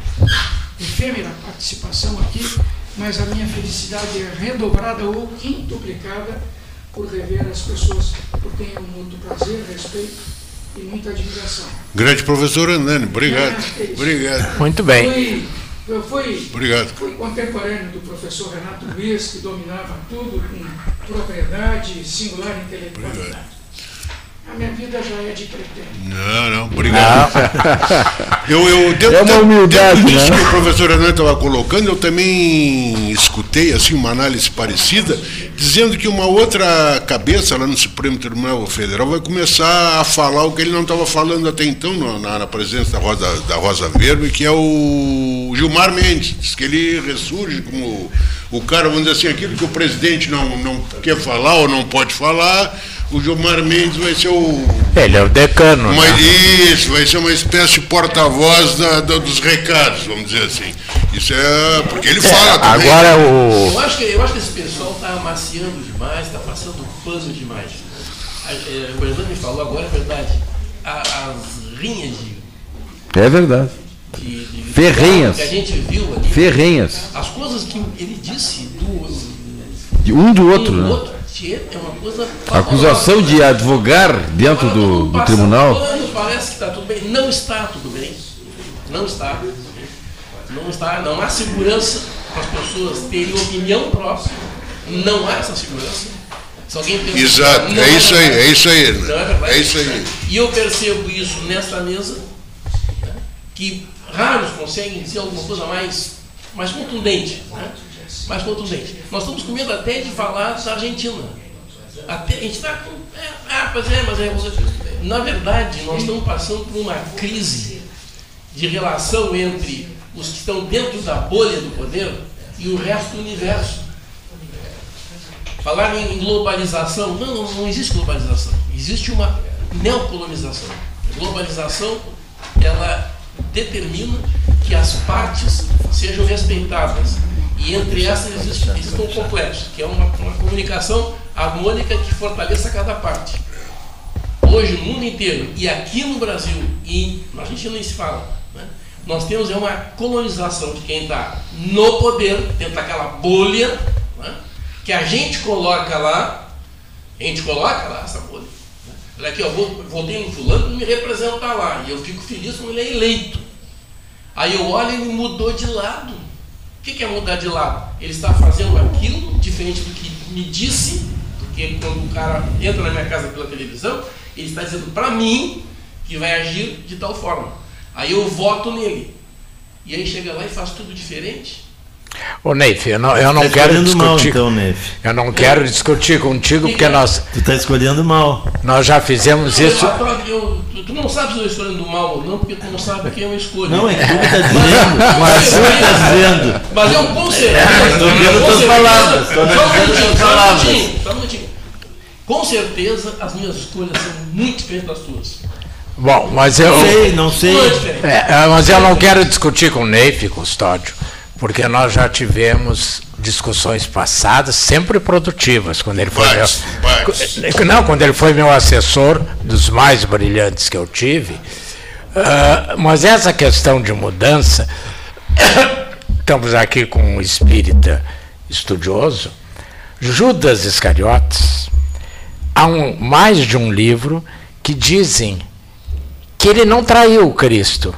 efêmera participação aqui, mas a minha felicidade é redobrada ou quintuplicada por rever as pessoas por quem eu muito prazer, respeito e muita admiração. Grande professor Hernani, obrigado. É, é obrigado. Muito bem. Fui, eu fui, obrigado. fui contemporâneo do professor Renato Luiz, que dominava tudo com propriedade e singular intelectualidade. Obrigado. A minha vida já é de pretérito. Não, não, obrigado. Não. Eu, eu, dentro, é uma humildade, dentro disso né? que o professor Hernani estava colocando, eu também escutei assim, uma análise parecida, dizendo que uma outra cabeça lá no Supremo Tribunal Federal vai começar a falar o que ele não estava falando até então na, na presença da Rosa, da Rosa Weber, que é o Gilmar Mendes. Diz que ele ressurge como o cara, vamos dizer assim, aquilo que o presidente não, não quer falar ou não pode falar. O Gilmar Mendes vai ser o... Ele é o decano, uma, né? Isso, vai ser uma espécie de porta-voz da, da, dos recados, vamos dizer assim. Isso é... porque ele fala é, também. Agora o... Eu acho que, eu acho que esse pessoal está amaciando demais, está passando pano demais. A, é, o Hernani falou agora, é verdade. A, as rinhas de... É verdade. De, de, Ferrenhas. Que a gente viu ali. Ferrenhas. As coisas que ele disse do... De um do outro, um do né? outro. É uma coisa acusação de advogar dentro do, do tribunal. Anos, parece que está tudo bem. Não está tudo bem. Não está. Não está. Não há segurança para as pessoas terem opinião própria. Não há essa segurança. Se alguém pensa, exato, não é isso aí, é isso aí. Não é verdade. É isso aí. E eu percebo isso nesta mesa, né, que raros conseguem dizer alguma coisa mais, mais contundente. Né? mais contundente. Nós estamos com medo até de falar da Argentina. Até, a gente está com... É, ah, pois é, mas é... Na verdade, nós estamos passando por uma crise de relação entre os que estão dentro da bolha do poder e o resto do universo. Falar em globalização, não, não, não existe globalização. Existe uma neocolonização. A globalização, ela determina que as partes sejam respeitadas. E entre essas existe, existe um complexo, que é uma, uma comunicação harmônica que fortaleça cada parte. Hoje, no mundo inteiro, e aqui no Brasil, e na Argentina nem se fala, né, nós temos é uma colonização de quem está no poder, dentro daquela bolha, né, que a gente coloca lá, a gente coloca lá essa bolha. Né. Olha aqui, eu vou, votei no fulano e me representa lá, e eu fico feliz quando ele é eleito. Aí eu olho e ele mudou de lado. O que é mudar de lado? Ele está fazendo aquilo diferente do que me disse, porque quando o cara entra na minha casa pela televisão, ele está dizendo para mim que vai agir de tal forma. Aí eu voto nele. E aí chega lá e faz tudo diferente. Ô, Neif, eu não, eu não tá quero discutir. Mal, então, Neif. Eu não quero discutir contigo, porque nós. Tu está escolhendo mal. Nós já fizemos eu, isso. Eu, eu, tu não sabes se eu estou escolhendo mal ou não, porque tu não sabe quem eu escolho. Não, é que tu está dizendo. Mas tu está dizendo. Mas eu com certeza. Estou vendo tuas palavras. Estou vendo tuas palavras. Só um minutinho. Com certeza as minhas escolhas são muito diferentes das tuas. Bom, mas eu. Não sei, não sei. É, mas eu não quero discutir com o Neif, Custódio, porque nós já tivemos discussões passadas, sempre produtivas, quando ele foi Bate, meu. bate. Não, quando ele foi meu assessor, dos mais brilhantes que eu tive. Uh, mas essa questão de mudança, estamos aqui com um espírita estudioso, Judas Iscariotes. Há um, mais de um livro que dizem que ele não traiu Cristo,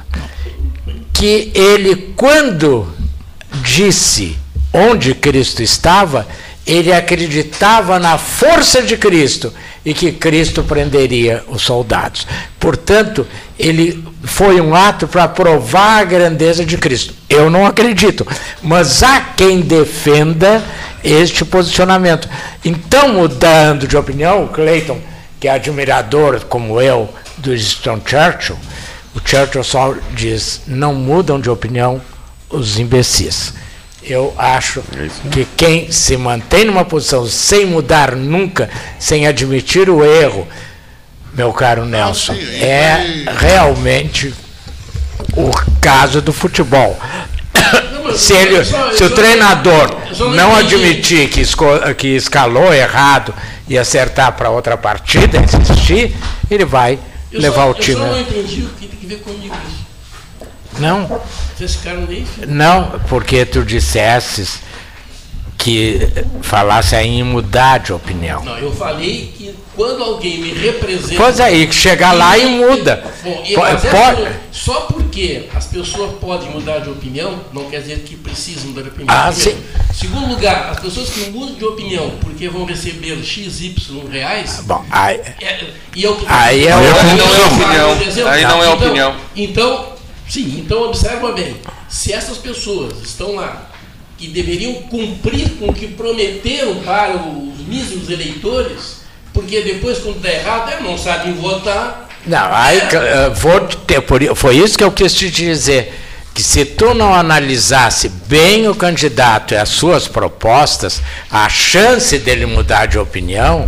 que ele, quando disse onde Cristo estava, ele acreditava na força de Cristo e que Cristo prenderia os soldados. Portanto, ele foi um ato para provar a grandeza de Cristo. Eu não acredito, mas há quem defenda este posicionamento. Então, mudando de opinião, o Clayton, que é admirador, como eu, do Winston Churchill, o Churchill só diz: não mudam de opinião os imbecis. Eu acho que quem se mantém numa posição sem mudar nunca, sem admitir o erro, meu caro Nelson, é realmente o caso do futebol. Se, ele, se o treinador não admitir que, esco, que escalou errado e acertar para outra partida, insistir, ele vai eu levar só, o time. Eu só não entendi o que tem que ver comigo isso. Não. Vocês ficaram nem... Não, porque tu dissesses que falasse aí em mudar de opinião. Não, eu falei que quando alguém me representa... Pois aí, que chega lá e muda. Bom, e pode, pode... Só porque as pessoas podem mudar de opinião, não quer dizer que precisam mudar de opinião. Ah, Primeiro. sim. Segundo lugar, as pessoas que mudam de opinião porque vão receber X Y reais... Bom, aí... É, e eu, aí é não é opinião. opinião. Aí não é então, opinião. Então, sim, então observa bem. Se essas pessoas estão lá e deveriam cumprir com o que prometeram para os míseros eleitores, porque depois, quando der errado, não sabem votar. Não, aí é. vou ter, foi isso que eu quis te dizer, que se tu não analisasse bem o candidato e as suas propostas, a chance dele mudar de opinião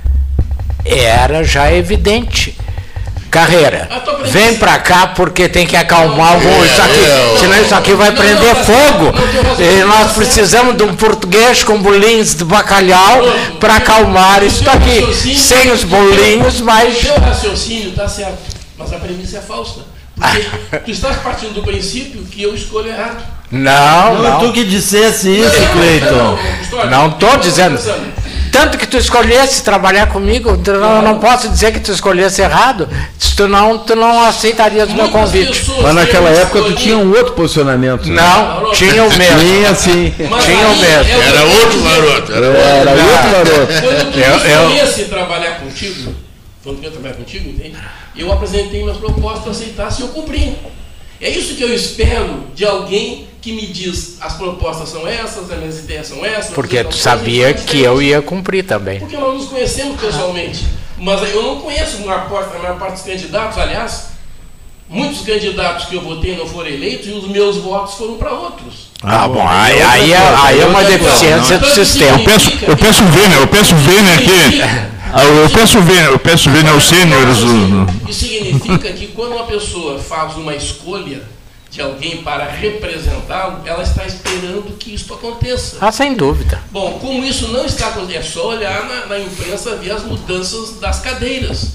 era já evidente. Carreira, vem pra cá porque tem que acalmar o isso aqui, senão isso aqui vai prender fogo. E nós precisamos de um português com bolinhos de bacalhau para acalmar isso aqui. Sem os bolinhos, mas... O seu raciocínio está certo, mas a premissa é falsa. Porque tu estás partindo do princípio que eu escolho errado. Não, não. Não, tu que dissesse isso, Cleiton. Não estou dizendo... Tanto que tu escolhesse trabalhar comigo, eu não, não posso dizer que tu escolhesse errado, tu não, tu não aceitarias o meu convite. Mas naquela época tu tinha um outro posicionamento. Né? Não, tinha o mesmo. Tinha sim. Tinha o mesmo. Era outro garoto. Era, era outro garoto. Quando tu eu, escolhesse eu... trabalhar contigo, quando eu trabalhar contigo, entende? Eu apresentei minhas propostas para aceitar se eu cumprir. É isso que eu espero de alguém que me diz as propostas são essas, as minhas ideias são essas. Porque tu sabia que eu ia cumprir também. Porque nós nos conhecemos pessoalmente. Mas eu não conheço a maior parte, a maior parte dos candidatos, aliás, muitos candidatos que eu votei não foram eleitos e os meus votos foram para outros. Ah, bom, aí, aí, é, aí é uma deficiência do sistema. Eu peço, eu peço Vênia, eu peço Vênia aqui. Eu peço Vênia, eu peço Vênia aos sêniores. Isso significa que quando uma pessoa faz uma escolha de alguém para representá-lo, ela está esperando que isso aconteça. Ah, sem dúvida. Bom, como isso não está acontecendo, é só olhar na, na imprensa ver as mudanças das cadeiras.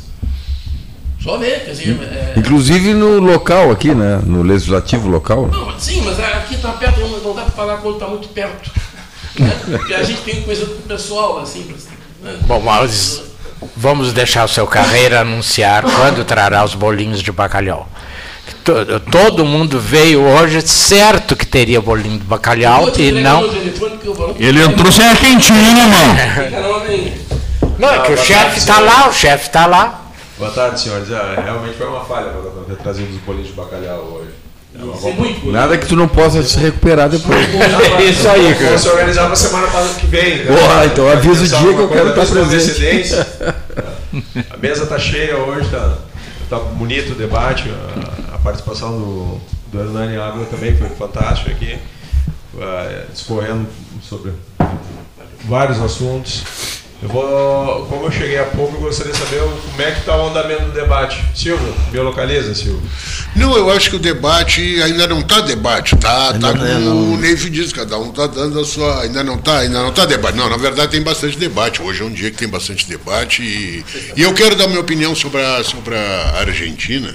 Só ver, quer dizer... É... Inclusive no local aqui, né? No legislativo local. Não, sim, mas aqui está perto, não dá para falar quando está muito perto. Né? Porque a gente tem coisa pessoal, assim... Né? Bom, mas vamos deixar o seu Carreira anunciar quando trará os bolinhos de bacalhau. Todo mundo veio hoje certo que teria bolinho de bacalhau e não... Ele entrou sem a quentinha, mano. Não, é que o chefe está lá, o chefe está lá. Boa tarde, senhores. É, realmente foi uma falha para ter trazido os bolinhos de bacalhau hoje. Nada que tu não possa se recuperar depois. Isso aí, cara. Vamos se organizar para a semana que vem. Porra, então avisa o dia que eu quero estar presente. A mesa está cheia hoje, está tá bonito o debate, a, a participação do, do Hernani Ávila também foi fantástica aqui, uh, discorrendo sobre vários assuntos. Eu vou, como eu cheguei há pouco, eu gostaria de saber como é que está o andamento do debate. Silvio, me localiza, Silvio. Não, eu acho que o debate ainda não está debate, tá? Tá como o Neive diz, cada um está dando a sua. Ainda não está, ainda não está debate. Não, na verdade tem bastante debate. Hoje é um dia que tem bastante debate e, e eu quero dar minha opinião sobre a, sobre a Argentina.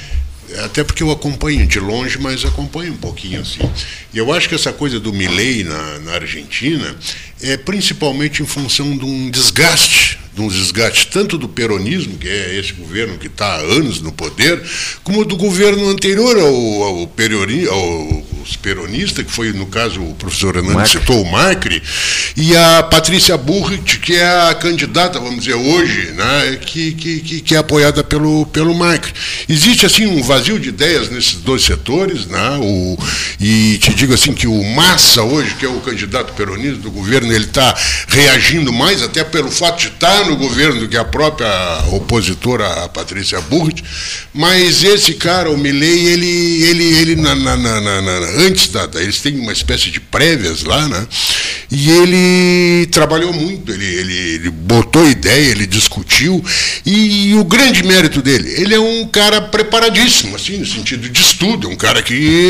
Até porque eu acompanho de longe, mas acompanho um pouquinho assim. E eu acho que essa coisa do Milei na, na Argentina é principalmente em função de um desgaste, de um desgaste tanto do peronismo, que é esse governo que está há anos no poder, como do governo anterior ao, ao, periori, ao peronista, que foi, no caso, o professor Hernani citou o Macri, e a Patrícia Bullrich, que é a candidata, vamos dizer, hoje, né, que, que, que, que é apoiada pelo, pelo Macri. Existe, assim, um vazio de ideias nesses dois setores, né, o, e te digo assim que o Massa, hoje, que é o candidato peronista do governo, ele está reagindo mais, até pelo fato de estar no governo do que a própria opositora, a Patrícia Bullrich, mas esse cara, o Milei, ele, ele, ele na, na, na, na, antes da, da, eles têm uma espécie de prévias lá, né? E ele trabalhou muito, ele, ele, ele botou ideia, ele discutiu, e, e o grande mérito dele, ele é um cara preparadíssimo, assim, no sentido de estudo, um cara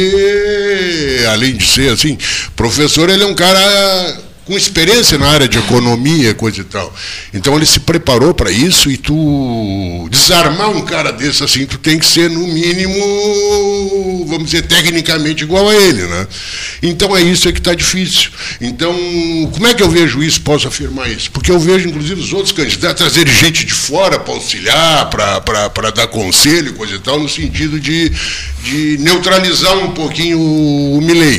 que, além de ser, assim, professor, ele é um cara com experiência na área de economia, coisa e tal. Então ele se preparou para isso, e tu desarmar um cara desse assim, tu tem que ser no mínimo, vamos dizer, tecnicamente igual a ele, né? Então é isso que está difícil. Então, como é que eu vejo isso, posso afirmar isso? Porque eu vejo, inclusive, os outros candidatos trazerem gente de fora para auxiliar, para dar conselho, coisa e tal, no sentido de, de neutralizar um pouquinho o, o Milei.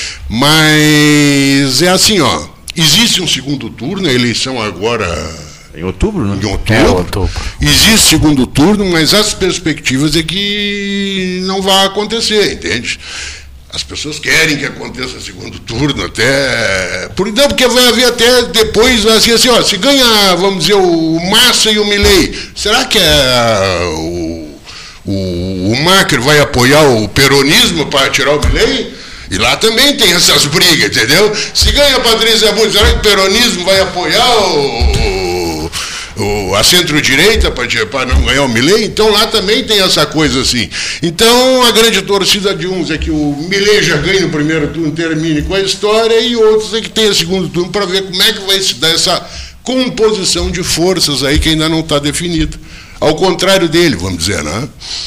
Mas é assim, ó, existe um segundo turno, a eleição agora... Em outubro, né? Em outubro. É, outubro. Existe segundo turno, mas as perspectivas é que não vai acontecer, entende? As pessoas querem que aconteça segundo turno, até... Por, não, porque vai haver até depois, assim, assim, ó, se ganha, vamos dizer, o Massa e o Milei, será que é o, o, o Macri vai apoiar o peronismo para tirar o Milei? E lá também tem essas brigas, entendeu? Se ganha a Patrícia Bullrich, será que o peronismo vai apoiar o, o, a centro-direita para não ganhar o Milei? Então lá também tem essa coisa assim. Então a grande torcida de uns é que o Milei já ganha no primeiro turno, termine com a história, e outros é que tem o segundo turno para ver como é que vai se dar essa composição de forças aí que ainda não está definida. Ao contrário dele, vamos dizer, né?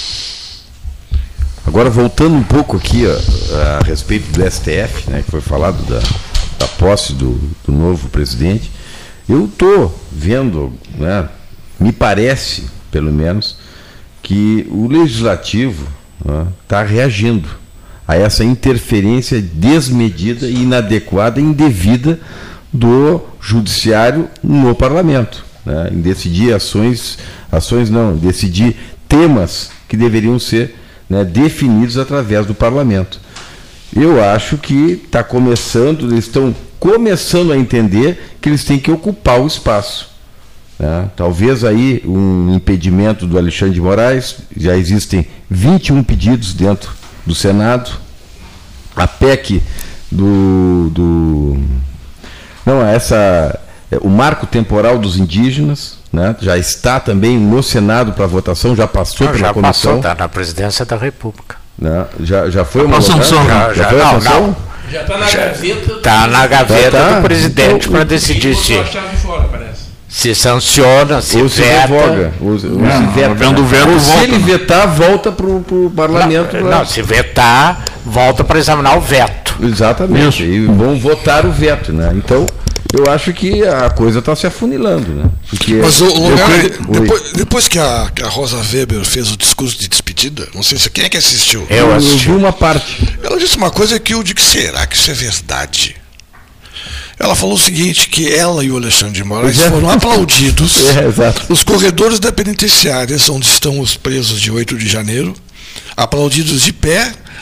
Agora, voltando um pouco aqui a, a respeito do S T F, né, que foi falado da, da posse do, do novo presidente, eu estou vendo, né, me parece, pelo menos, que o Legislativo está, né, reagindo a essa interferência desmedida, inadequada e indevida do Judiciário no Parlamento, né, em decidir ações, ações não, em decidir temas que deveriam ser, né, definidos através do Parlamento. Eu acho que está começando, eles estão começando a entender que eles têm que ocupar o espaço, né? Talvez aí um impedimento do Alexandre de Moraes, já existem vinte e um pedidos dentro do Senado, a P E C do, do não, essa, o marco temporal dos indígenas, né, já está também no Senado para votação, já passou não, pela já comissão. Está na presidência da República. Né, já, já foi uma sanção, já, já, já foi não, não. Já está na gaveta. Está na gaveta tá, do presidente para decidir se, fora, parece. se sanciona, se ou veta. Se revoga, ou, ou não, se veta. Vendo veto, ou volta, se ele vetar, volta para o parlamento. Não, pra... não, se vetar, volta para examinar o veto. Exatamente. Isso. E vão votar o veto, né? Então, eu acho que a coisa está se afunilando, né? Porque mas o lugar, depois, depois que a, que a Rosa Weber fez o discurso de despedida, não sei se quem é que assistiu. Eu assisti. Eu vi uma parte. Ela disse uma coisa que eu digo, será que isso é verdade? Ela falou o seguinte, que ela e o Alexandre de Moraes é. foram aplaudidos é, nos corredores da penitenciária, onde estão os presos de oito de janeiro, aplaudidos de pé,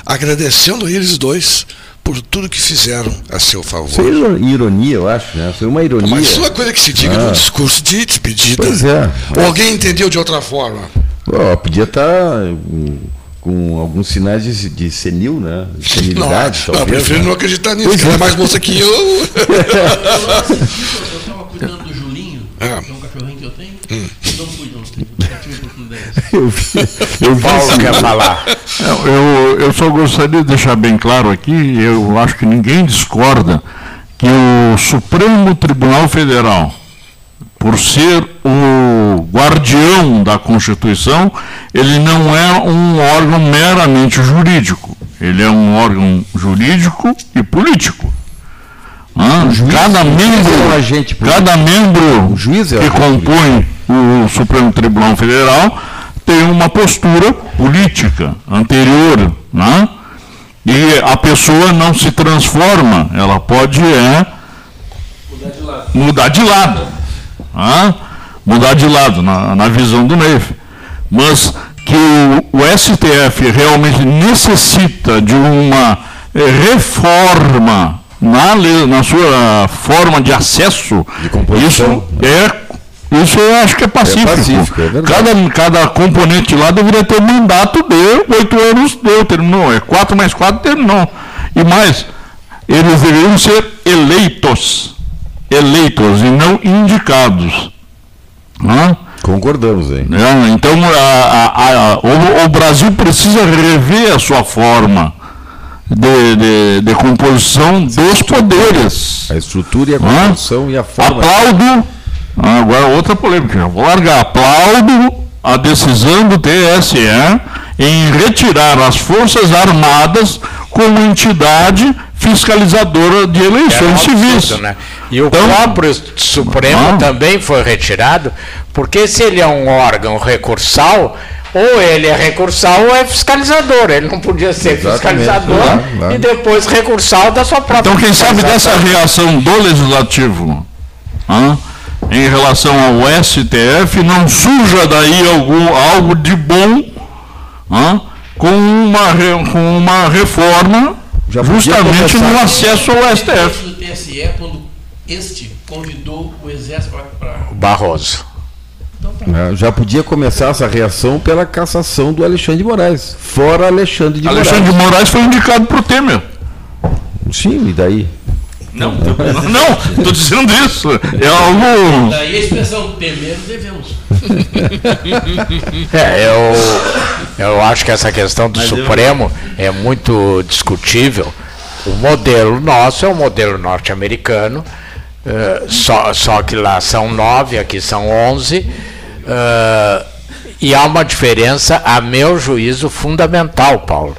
agradecendo a eles dois por tudo que fizeram a seu favor. Foi ironia, eu acho, né? Foi uma ironia. Mas isso é uma coisa que se diga ah. num discurso de despedida. Pois é. Ou alguém entendeu de outra forma? Oh, podia estar com, com alguns sinais de, de senil, né? De senilidade, não, talvez. Não, eu prefiro né? não acreditar nisso, que ela é mais moça que eu. Eu estava cuidando do Julinho, é. que é um cachorrinho que eu tenho, hum. e não cuidam, já tive oportunidade. Eu vi, eu vi Paulo assim, quer falar. Eu, eu só gostaria de deixar bem claro aqui, eu acho que ninguém discorda, que o Supremo Tribunal Federal, por ser o guardião da Constituição, ele não é um órgão meramente jurídico, ele é um órgão jurídico e político. Ah, cada membro, agente cada membro que compõe o Supremo Tribunal Federal tem uma postura política anterior, né? E a pessoa não se transforma, ela pode é, mudar de lado, mudar de lado, né? mudar de lado na, na visão do Neif. Mas que o, o S T F realmente necessita de uma eh, reforma Na, na sua forma de acesso, de isso é, isso eu acho que é pacífico. É pacífico, é cada, cada componente lá deveria ter mandato de oito anos, deu, terminou. É quatro mais quatro, terminou. E mais, eles deveriam ser eleitos. Eleitos e não indicados. Hã? Concordamos, hein? É, então, a, a, a, o, o Brasil precisa rever a sua forma De, de, de composição dos poderes. A estrutura e a composição ah, e a forma. Aplaudo, agora outra polêmica, eu vou largar. Aplaudo a decisão do T S E em retirar as Forças Armadas como entidade fiscalizadora de eleições é civis. Absurdo, né? E o então, próprio Supremo ah, também foi retirado, porque se ele é um órgão recursal, ou ele é recursal ou é fiscalizador. Ele não podia ser Exatamente, fiscalizador claro, claro. e depois recursal da sua própria. Então, quem sabe dessa reação do Legislativo hein, em relação ao S T F não surja daí algum, algo de bom hein, com, uma, com uma reforma Já justamente no acesso ao S T F. O T S E, quando este convidou o Exército para. Barroso. Já podia começar essa reação pela cassação do Alexandre de Moraes. Fora Alexandre de Alexandre Moraes. Alexandre de Moraes foi indicado para o Temer. Sim, e daí? Não, não, estou dizendo isso. É algo. Daí a expressão Temer devemos. É, eu, eu acho que essa questão do Mas Supremo eu... é muito discutível. O modelo nosso é o modelo norte-americano. Uh, só, só que lá são nove, aqui são onze, uh, e há uma diferença, a meu juízo, fundamental, Paulo.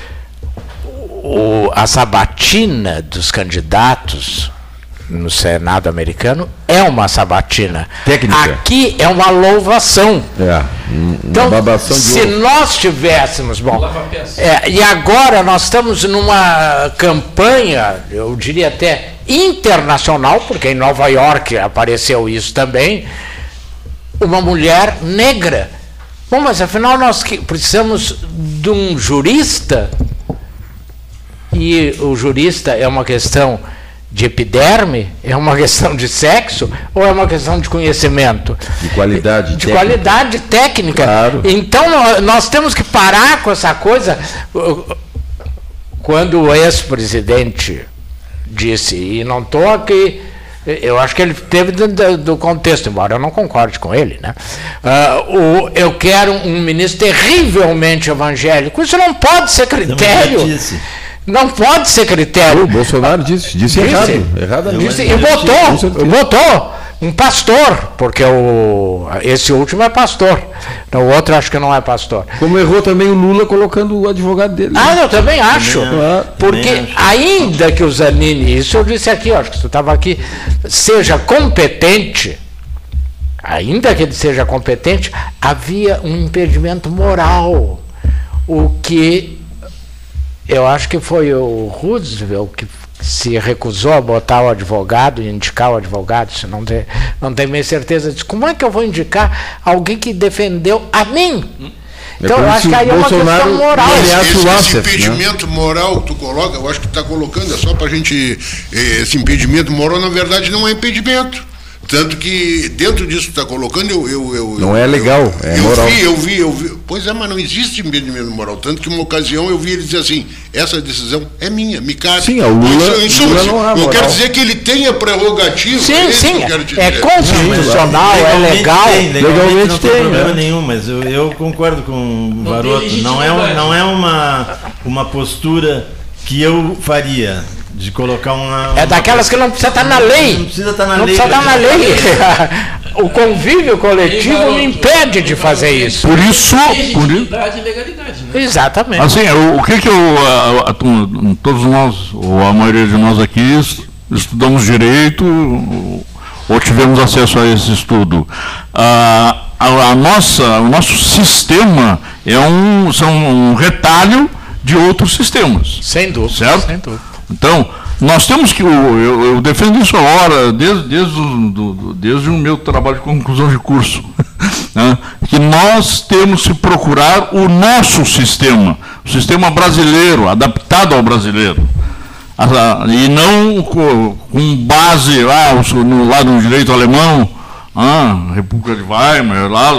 O, a sabatina dos candidatos no Senado americano é uma sabatina. Técnica. Aqui é uma louvação. É, uma então, babação de se ouro. nós tivéssemos, bom, é, e agora nós estamos numa campanha, eu diria até internacional, porque em Nova York apareceu isso também, uma mulher negra. Bom, mas afinal nós precisamos de um jurista, e o jurista é uma questão de epiderme, é uma questão de sexo ou é uma questão de conhecimento? De qualidade de técnica. qualidade técnica. Claro. Então nós temos que parar com essa coisa. Quando o ex-presidente disse, e não estou aqui, eu acho que ele teve do, do contexto, embora eu não concorde com ele, né? Uh, o, eu quero um ministro terrivelmente evangélico. Isso não pode ser critério. Não pode ser critério. O Bolsonaro disse, disse, disse errado. Erradamente. Disse, e votou, votou um pastor, porque o, esse último é pastor. O outro acho que não é pastor. Como errou também o Lula colocando o advogado dele. Ah, eu também acho. Também, porque também acho. Ainda que o Zanini, isso eu disse aqui, acho que você estava aqui, seja competente, ainda que ele seja competente, havia um impedimento moral. O que eu acho que foi o Roosevelt que se recusou a botar o advogado e indicar o advogado, se não tem, não tem minha certeza disso. Como é que eu vou indicar alguém que defendeu a mim? Então, eu acho que aí é uma questão moral. Esse, esse impedimento né? moral que tu coloca, eu acho que tu está colocando, é só para a gente... Esse impedimento moral, na verdade, não é impedimento. Tanto que dentro disso que está colocando, eu, eu, eu. Não eu, é legal, eu, é eu moral. vi, eu vi, eu vi. Pois é, mas não existe impedimento moral. Tanto que uma ocasião eu vi ele dizer assim: essa decisão é minha, me cabe. Sim, o Lula, isso, isso, Lula não é eu quero dizer que ele tem a prerrogativa. Sim, é sim. Que eu quero te é dizer. constitucional, não, é legal. Tem, legalmente, legalmente não tem, tem problema né? nenhum, mas eu, eu concordo com o Varoto. Não é, não é uma, uma postura que eu faria. De colocar uma, uma. É daquelas que não precisa estar na lei. Não precisa estar na não lei. Precisa estar na lei. O convívio coletivo me impede de fazer isso. Por isso. Por isso legalidade e legalidade, né? Exatamente. Assim, o, o que que eu. A, a, todos nós, ou a maioria de nós aqui, estudamos direito, ou tivemos acesso a esse estudo. A, a, a nossa, o nosso sistema é um, são um retalho de outros sistemas. Sem dúvida. Certo? Sem dúvida. Então, nós temos que, eu, eu defendo isso agora, desde, desde, o, do, desde o meu trabalho de conclusão de curso, né, que nós temos que procurar o nosso sistema, o sistema brasileiro, adaptado ao brasileiro, e não com, com base lá no, lá no direito alemão, ah, República de Weimar, lá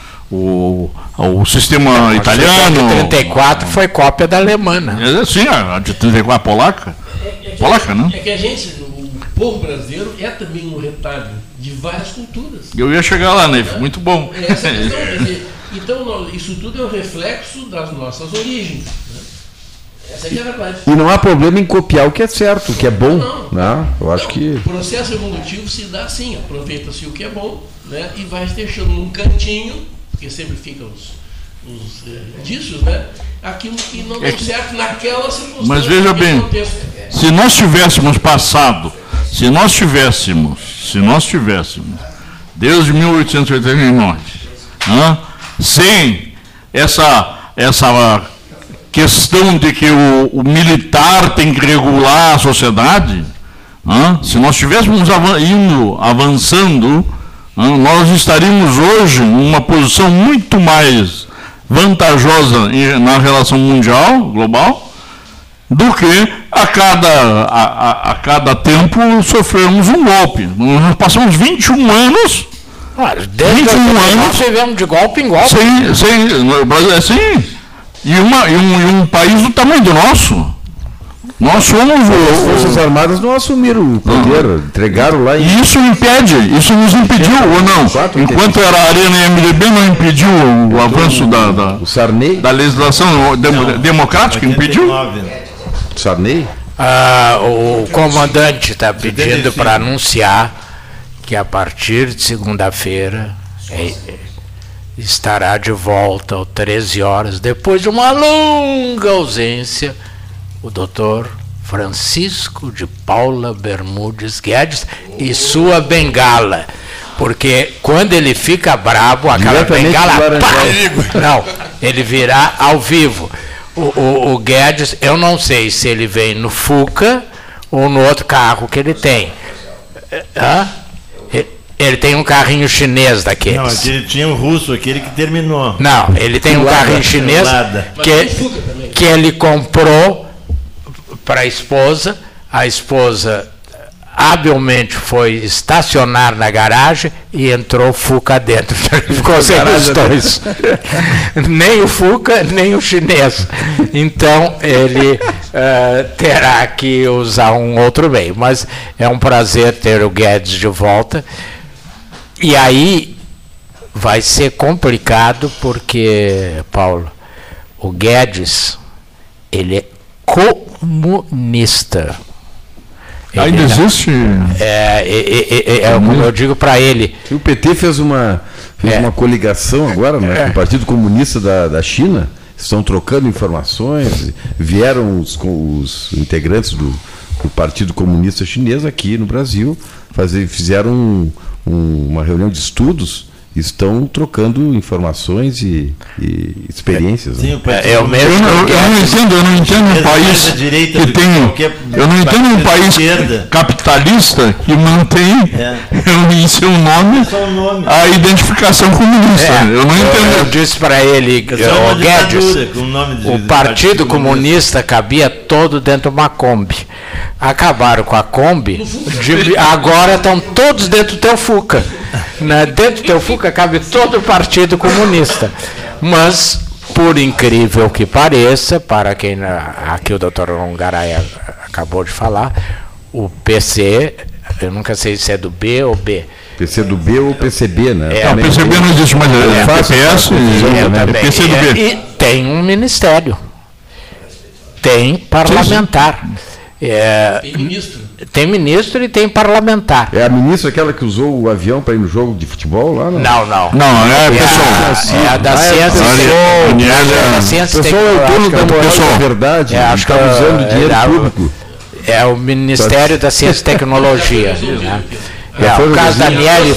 o, o sistema é, italiano. A de trinta e quatro foi cópia da alemã, né? É, sim, a de trinta e quatro polaca. É, é que, polaca, né? É que a gente, o povo brasileiro, é também um retalho de várias culturas. Eu ia chegar lá, Neif, é? Muito bom. É essa questão, quer dizer, então, isso tudo é um reflexo das nossas origens. Né? Essa é a verdade. E não há problema em copiar o que é certo, o que é bom. Não, não. Né? Eu acho não, que. O processo evolutivo se dá assim, aproveita-se o que é bom, né, e vai deixando num cantinho, porque sempre ficam os, os é, indícios, né? Aquilo que não deu certo naquela circunstância. Mas veja bem, contexto. Se nós tivéssemos passado, se nós tivéssemos, se nós tivéssemos, desde mil oitocentos e oitenta e nove, né, sem essa, essa questão de que o, o militar tem que regular a sociedade, né, se nós estivéssemos avan indo, avançando, né, nós estaríamos hoje numa posição muito mais vantajosa na relação mundial, global, do que a cada, a, a, a cada tempo sofremos um golpe. Nós passamos vinte e um anos. Ah, desde vinte e um anos nós vivemos de golpe em golpe. Sem, sem, no Brasil é assim. E, uma, e, um, e um país do tamanho do nosso. Nós somos. As Forças Armadas não assumiram o poder, uhum. entregaram lá. Em... E isso impede, isso nos impediu, ou não? Enquanto era a Arena e M D B, não impediu o avanço da, da, o Sarney? da legislação dem, democrática? Impediu? Sarney? Ah, o comandante está pedindo para anunciar que a partir de segunda-feira é, estará de volta às treze horas, depois de uma longa ausência, o doutor Francisco de Paula Bermudes Guedes e sua bengala. Porque quando ele fica brabo, aquela bengala, pá, não, ele virá ao vivo. O, o, o Guedes, eu não sei se ele vem no Fuca ou no outro carro que ele tem. Hã? Ele tem um carrinho chinês daqueles. Não, aquele tinha um russo, aquele que terminou. Não, ele tem um carrinho chinês que, que ele comprou para a esposa. A esposa habilmente foi estacionar na garagem e entrou o Fuca dentro. Ficou sem os dois. Nem o Fuca, nem o chinês. Então ele uh, terá que usar um outro meio. Mas é um prazer ter o Guedes de volta. E aí vai ser complicado porque, Paulo, o Guedes, ele é comunista. Ele ainda existe? É, é, é, é como eu digo para ele. O P T fez uma, fez é. uma coligação agora, né, é. com o Partido Comunista da, da China. Estão trocando informações. Vieram os, os integrantes do, do Partido Comunista Chinês aqui no Brasil, fazer, fizeram um, um, uma reunião de estudos estão trocando informações e, e experiências. Sim, né? é, eu, mesmo, eu, eu, eu não entendo, eu não entendo um país que tem, eu não entendo um país capitalista que mantém é. em seu nome, nome a identificação comunista. É. Eu não entendo. Eu, eu disse para ele, o Guedes, o, nome de, o Partido, Partido Comunista cabia todo dentro de uma Kombi. Acabaram com a Kombi, de, agora estão todos dentro do teu Fuca. Né? Dentro do teu Fuca cabe todo o Partido Comunista. Mas, por incrível que pareça, para quem aqui o doutor Longaray acabou de falar, o P C, eu nunca sei se é do B ou B. P C do B ou P C B, né? É, o P C B não existe mais, é, é P P S e P C do B. E tem um ministério, tem parlamentar. É, tem ministro. Tem ministro e tem parlamentar. É a ministra aquela que usou o avião para ir no jogo de futebol lá? Não, não. Não, não é a pessoa. É a da ciência. É a ciência tecnológica. O pessoal é o dono da moral, é verdade. É, acho que está usando dinheiro público. É o Ministério da Ciência e Tecnologia. Né? É, é, o caso da Daniele.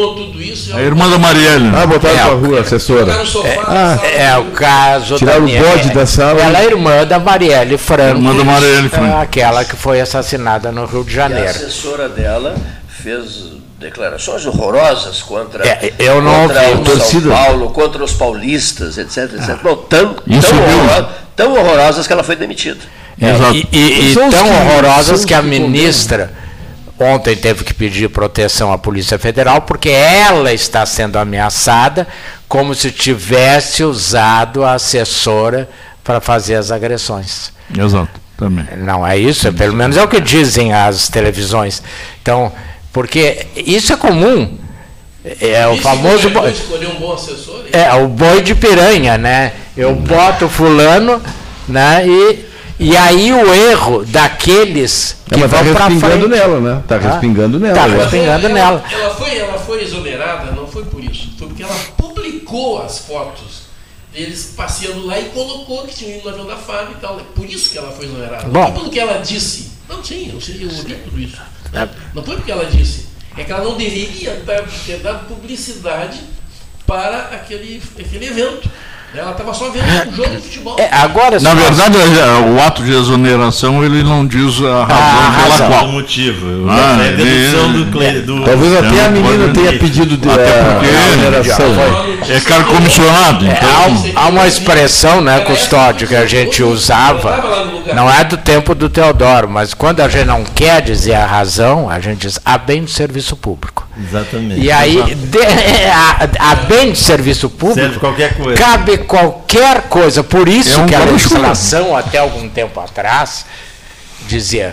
A irmã da Marielle. Ah, botaram é, para a rua, assessora. É, ah, é o caso da Tiraram o bode da sala. Ela é irmã da Marielle Franco. Irmã da Marielle Franco. Aquela que foi assassinada no Rio de Janeiro. E a assessora dela fez declarações horrorosas contra, é, eu não contra ouvi, o torcida. São Paulo, contra os paulistas, etc, etcétera. Ah, Bom, tão, tão, horrorosas, tão horrorosas que ela foi demitida. É, e e, e tão que, horrorosas que a ministra ontem teve que pedir proteção à Polícia Federal porque ela está sendo ameaçada como se tivesse usado a assessora para fazer as agressões. Exato, também. Não é isso? Pelo menos é o que dizem as televisões. Então, porque isso é comum. É o isso famoso... Boi, escolher um bom assessor, é, o boi de piranha, né? Eu boto fulano, né? E... E aí o erro daqueles que é, mas vão tá respingando frente, nela, né? Está respingando nela. Está respingando ela, nela. Ela foi, ela foi exonerada, não foi por isso. Foi porque ela publicou as fotos deles passeando lá e colocou que tinham ido no avião da F A B e tal. Por isso que ela foi exonerada. Bom, não foi pelo que ela disse. Não, sim, eu, sei, eu ouvi tudo isso. Não, não foi porque ela disse. É que ela não deveria ter dado publicidade para aquele, aquele evento. Ela estava só vendo um jogo de futebol. É, agora, na verdade, o ato de exoneração ele não diz a razão ah, pela razão, qual. O motivo. Ah, é dedução do, cle, do Talvez até a menina tenha pedido de exoneração. É cargo comissionado. É, então. há, há uma expressão, né, Custódio, que a gente usava, não é do tempo do Teodoro, mas quando a gente não quer dizer a razão, a gente diz a bem do serviço público. Exatamente. E aí, de, a, a bem de serviço público, serve qualquer coisa. Cabe qualquer coisa. Por isso é um que a legislação, até algum tempo atrás, dizia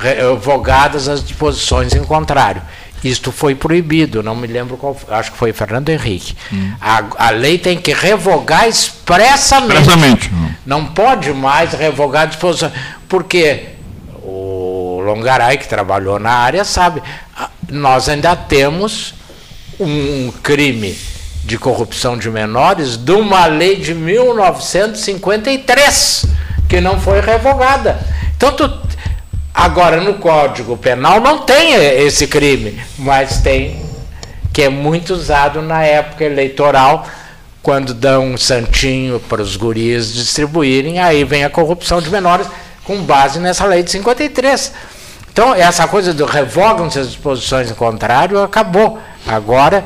revogadas as disposições em contrário. Isto foi proibido, não me lembro qual, acho que foi Fernando Henrique. Hum. A, a lei tem que revogar expressamente. Expressamente. Não pode mais revogar a disposição, porque o Longaray, que trabalhou na área, sabe, nós ainda temos um crime de corrupção de menores de uma lei de mil novecentos e cinquenta e três, que não foi revogada. Então, tu, agora no Código Penal não tem esse crime, mas tem, que é muito usado na época eleitoral, quando dão um santinho para os guris distribuírem, aí vem a corrupção de menores com base nessa lei de cinquenta e três. Então, essa coisa do revogam-se as disposições em contrário acabou. Agora,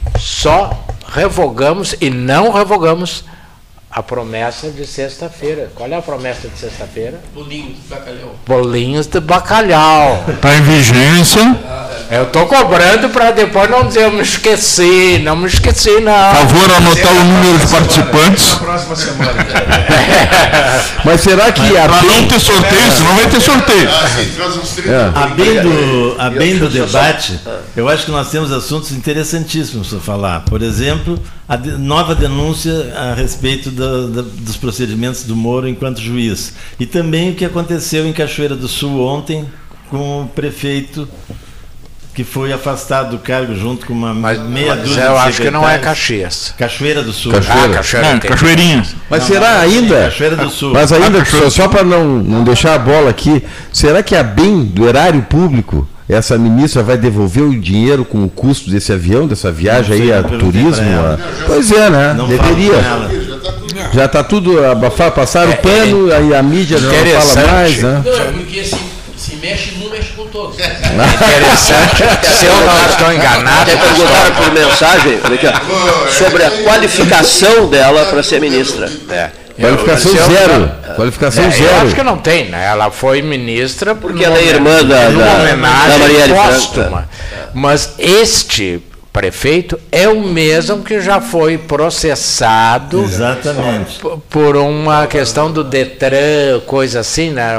só revogamos e não revogamos a promessa de sexta-feira. Qual é a promessa de sexta-feira? Bolinhos de bacalhau. Bolinhos de bacalhau. Está em vigência. Eu estou cobrando para depois não dizer eu me esqueci, não me esqueci não. Por favor, anotar o número de participantes. Na próxima semana. Mas será que a para não ter sorteio, senão vai ter sorteio. A bem do, a bem do debate, eu acho que nós temos assuntos interessantíssimos para falar. Por exemplo, a de, nova denúncia a respeito do, do, dos procedimentos do Moro enquanto juiz. E também o que aconteceu em Cachoeira do Sul ontem com o prefeito que foi afastado do cargo junto com uma mas, meia mas dúzia eu de acho que não é Caxias. Cachoeira do Sul. Cachoeira. Ah, Cachoeira. Não, Cachoeirinha. Mas não, será não, ainda... Cachoeira do Sul. Mas ainda, só, só para não, não deixar a bola aqui, será que a bem do erário público essa ministra vai devolver o dinheiro com o custo desse avião, dessa viagem aí a turismo? A... Pois é, né? Não deveria. Já está tudo abafado, passaram o pano, aí a mídia não fala mais, né? Não, é porque se, se mexe num, mexe com todos. Interessante. Se eu não estou enganado. Até perguntaram por mensagem sobre a qualificação dela para ser ministra. É. Qualificação eu, zero. Eu, Qualificação é, zero. Eu acho que não tem, né? Ela foi ministra porque ela é irmã da, da, da Marielle Franco. Mas este prefeito é o mesmo que já foi processado. Exatamente. Por uma questão do Detran, coisa assim, né?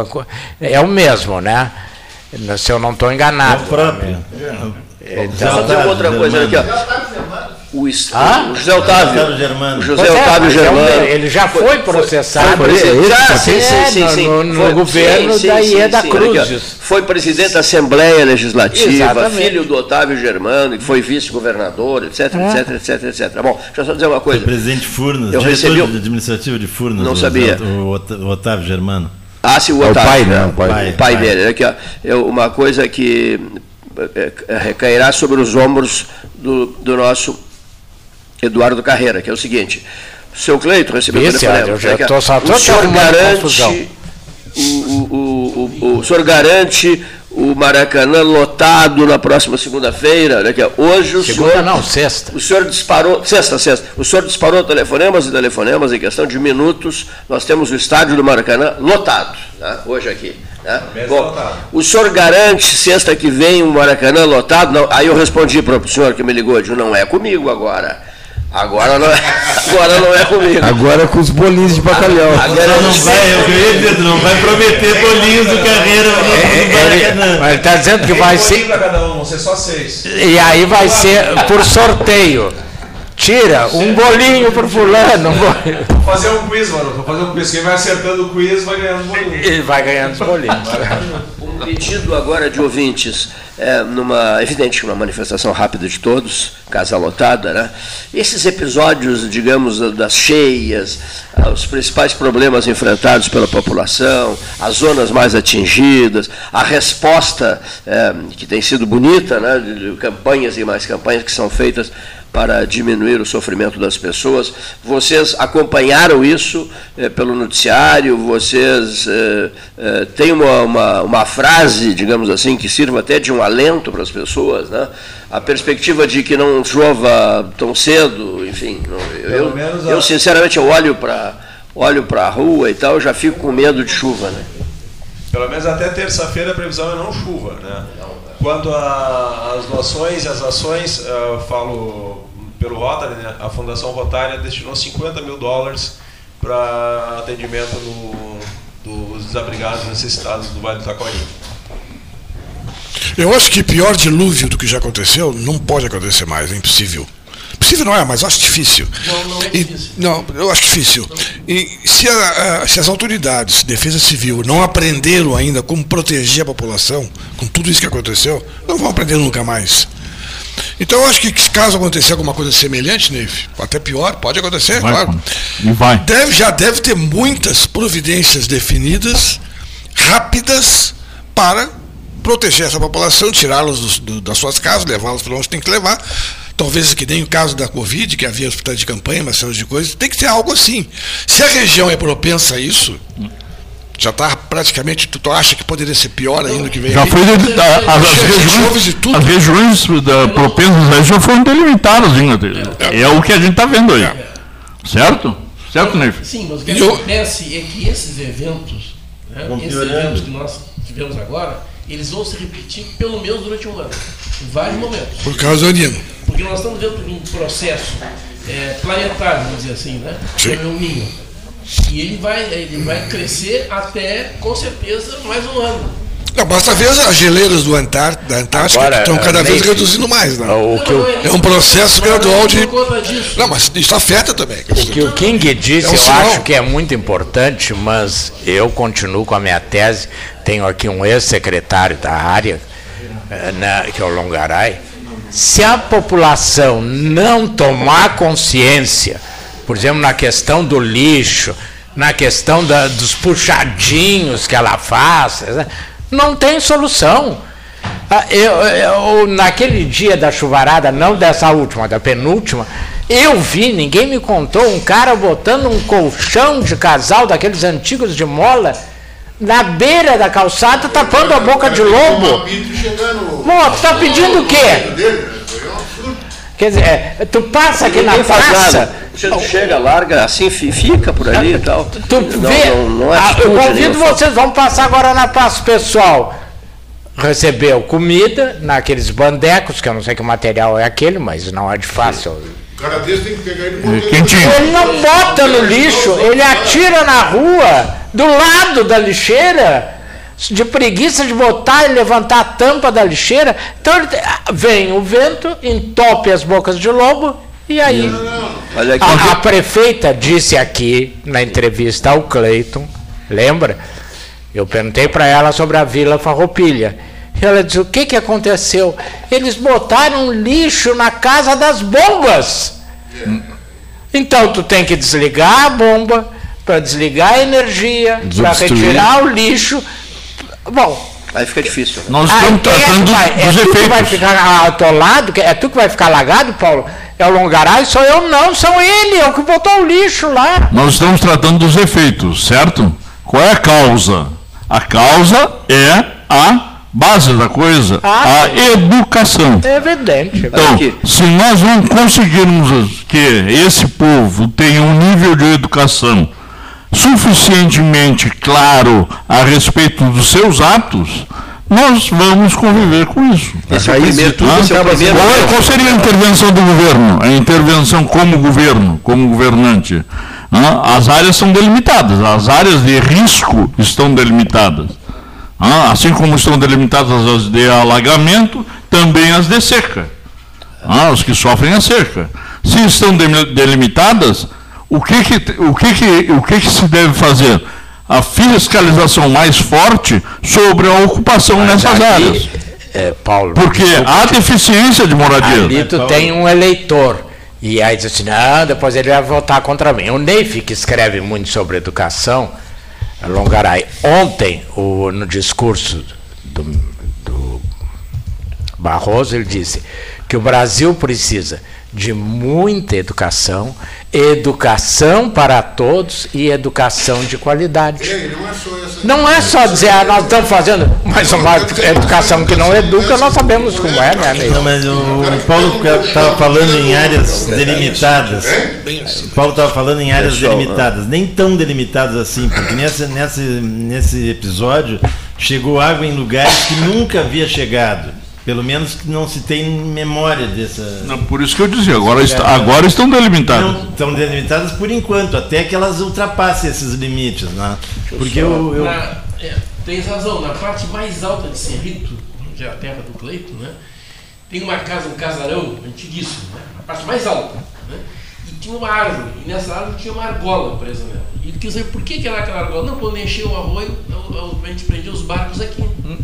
É o mesmo, né? Se eu não estou enganado. É o próprio. Então, só tem outra coisa aqui, ó. O, ah? o José Otávio Germano. O José é, Otávio Germano. Ele já foi, foi processado. Foi, foi, já, sim, sim, sim, sim. No, no foi, governo sim, da sim, Ieda sim, Cruzes. Foi presidente da Assembleia Legislativa, exatamente. Filho do Otávio Germano, que foi vice-governador, etc, é. etc, etc, etc. Bom, deixa eu só dizer uma coisa. Foi presidente Furnas, eu diretor recebi... administrativo de Furnas. Não sabia. O, o Otávio Germano. Ah, sim, o Otávio. É o pai, né? O pai, pai, o pai dele. Aqui, ó, eu, uma coisa que recairá sobre os ombros do, do nosso Eduardo Carreira, que é o seguinte: o seu Cleito recebeu Esse, o telefonema. Eu já tô só, o senhor garante o, o, o, o, o senhor garante o Maracanã lotado na próxima segunda-feira, né? Que é hoje o Segunda senhor não, sexta. O senhor disparou, sexta, sexta. O senhor disparou telefonemas e telefonemas em questão de minutos. Nós temos o estádio do Maracanã lotado, né? Hoje aqui. Né? Bom, o senhor garante sexta que vem o Maracanã lotado? Não. Aí eu respondi para o senhor que me ligou, eu disse, não é comigo agora. Agora não, é, agora não é comigo. Agora é com os bolinhos de bacalhau. Agora não vai, eu queria não vai prometer bolinhos do Carreira no Maracanã. Mas ele está dizendo que vai ser. Vão ser só seis. E aí vai ser por sorteio. Tira um bolinho pro fulano. Vou fazer um quiz, mano. Vou fazer um quiz. Quem vai acertando o quiz vai ganhando os bolinhos. Ele vai ganhando os bolinhos. Um pedido agora de ouvintes, é, numa, evidente, uma manifestação rápida de todos, casa lotada, né? Esses episódios, digamos, das cheias, os principais problemas enfrentados pela população, as zonas mais atingidas, a resposta é, que tem sido bonita, né? De, de campanhas e mais campanhas que são feitas para diminuir o sofrimento das pessoas. Vocês acompanharam isso eh, pelo noticiário? Vocês eh, eh, têm uma, uma, uma frase, digamos assim, que sirva até de um alento para as pessoas, né? A perspectiva de que não chova tão cedo, enfim. Não, eu, eu, eu, sinceramente, eu olho para olho para a rua e tal, já fico com medo de chuva, né? Pelo menos até terça-feira a previsão é não chuva, né? Quanto às doações e as ações, eu falo pelo Rotary, né? A Fundação Rotária destinou cinquenta mil dólares para atendimento no, dos desabrigados necessitados do Vale do Taquari. Eu acho que pior dilúvio do que já aconteceu não pode acontecer mais, é impossível. Possível não é, mas eu acho difícil. Não, não é difícil. E, não, eu acho difícil. E se, a, a, se as autoridades, Defesa Civil, não aprenderam ainda como proteger a população, com tudo isso que aconteceu, não vão aprender nunca mais. Então eu acho que caso acontecer alguma coisa semelhante, Neif, até pior, pode acontecer, vai, claro. E vai. Deve, já deve ter muitas providências definidas, rápidas, para proteger essa população, tirá-los das suas casas, levá-los para onde tem que levar. Talvez que nem o caso da Covid, que havia hospitais de campanha, uma série de coisas, tem que ter algo assim. Se a região é propensa a isso, já está praticamente, tu, tu acha que poderia ser pior ainda que vem? Já aí? foi de, a, as, as regiões, as regiões da, propensas já foram delimitadas, é, é o que a gente está vendo aí. Certo? Certo, Neif? Sim, mas o que acontece é que esses eventos, né, esses eventos que nós tivemos agora, eles vão se repetir pelo menos durante um ano, em vários momentos. Por causa do Nino. Porque nós estamos dentro de um processo é, planetário, vamos dizer assim, né? Que é o Ninho. E ele vai, ele vai crescer até, com certeza, mais um ano. Não, basta ver as geleiras do Antar, da Antártica, Agora, que estão cada vez reduzindo mais. Né? O que eu, é um processo gradual de... Não, mas isso afeta também. O que o King disse, é um eu sinal. Acho que é muito importante, mas eu continuo com a minha tese. Tenho aqui um ex-secretário da área, né, que é o Longaray. Se a população não tomar consciência, por exemplo, na questão do lixo, na questão da, dos puxadinhos que ela faz, não tem solução. Eu, eu, naquele dia da chuvarada, não dessa última, da penúltima, eu vi, ninguém me contou, um cara botando um colchão de casal daqueles antigos de mola na beira da calçada, tapando a boca de lobo. Bom, tu tá pedindo o quê? Quer dizer, é, tu passa aqui na praça. Você chega, larga, assim fica por ali e tal. Tu vê, não, não, não é ah, eu convido vocês, vamos passar agora na praça, pessoal. Recebeu comida naqueles bandecos, que eu não sei que material é aquele, mas não é de fácil. O cara desse tem que pegar ele e botar. Ele não bota no lixo, ele atira na rua, do lado da lixeira, de preguiça de botar e levantar a tampa da lixeira. Então ele, vem o vento, entope as bocas de lobo, e aí a, a prefeita disse aqui na entrevista ao Cleiton, lembra? Eu perguntei para ela sobre a Vila Farroupilha. Ela disse, o que, que aconteceu? Eles botaram lixo na casa das bombas. Yeah. Então tu tem que desligar a bomba, para desligar a energia, para retirar o lixo. Bom, aí fica difícil. Nós estamos tratando é, vai, dos é efeitos. Tu que vai ficar atolado, é tu que vai ficar alagado, Paulo? É o Longaray? Sou eu não, são ele, é o que botou o lixo lá. Nós estamos tratando dos efeitos, certo? Qual é a causa? A causa é a base da coisa, ah, a educação. É evidente. Então, se nós não conseguirmos que esse povo tenha um nível de educação suficientemente claro a respeito dos seus atos, nós vamos conviver com isso. Esse é o primeiro, tudo, esse é o primeiro. Qual, é, qual seria a intervenção do governo? A intervenção como governo, como governante. As áreas são delimitadas, as áreas de risco estão delimitadas. Assim como estão delimitadas as de alagamento, também as de seca. Os que sofrem a seca. Se estão delimitadas, o que que, o que, que, o que, que se deve fazer? A fiscalização mais forte sobre a ocupação Mas nessas aqui, áreas. É, Paulo, porque há deficiência de moradia. Ali tu tem um eleitor. E aí diz assim, não, depois ele vai votar contra mim. O Neif, que escreve muito sobre educação, Longaray, ontem, o, no discurso do, do Barroso, ele disse que o Brasil precisa de muita educação, educação para todos e educação de qualidade. Não é só dizer, ah, nós estamos fazendo, mas uma educação que não educa, nós sabemos como é, né? Não, mas o, o Paulo estava falando em áreas delimitadas. O Paulo estava falando em áreas delimitadas, nem tão delimitadas assim, porque nessa, nessa, nesse episódio chegou água em lugares que nunca havia chegado. Pelo menos que não se tem memória dessa... Não, por isso que eu dizia, agora, está, agora estão delimitadas. Não, estão delimitadas por enquanto, até que elas ultrapassem esses limites. Né? Porque eu... eu... Na, é, tens razão, na parte mais alta de Cerrito, onde é a terra do Cleiton, né, tem uma casa, um casarão antiguíssimo, né, a parte mais alta. Né, e tinha uma árvore, e nessa árvore tinha uma argola presa nela. E ele quis saber por que, que era aquela argola. Não, quando encheu o arroio, a gente prendia os barcos aqui. Hum.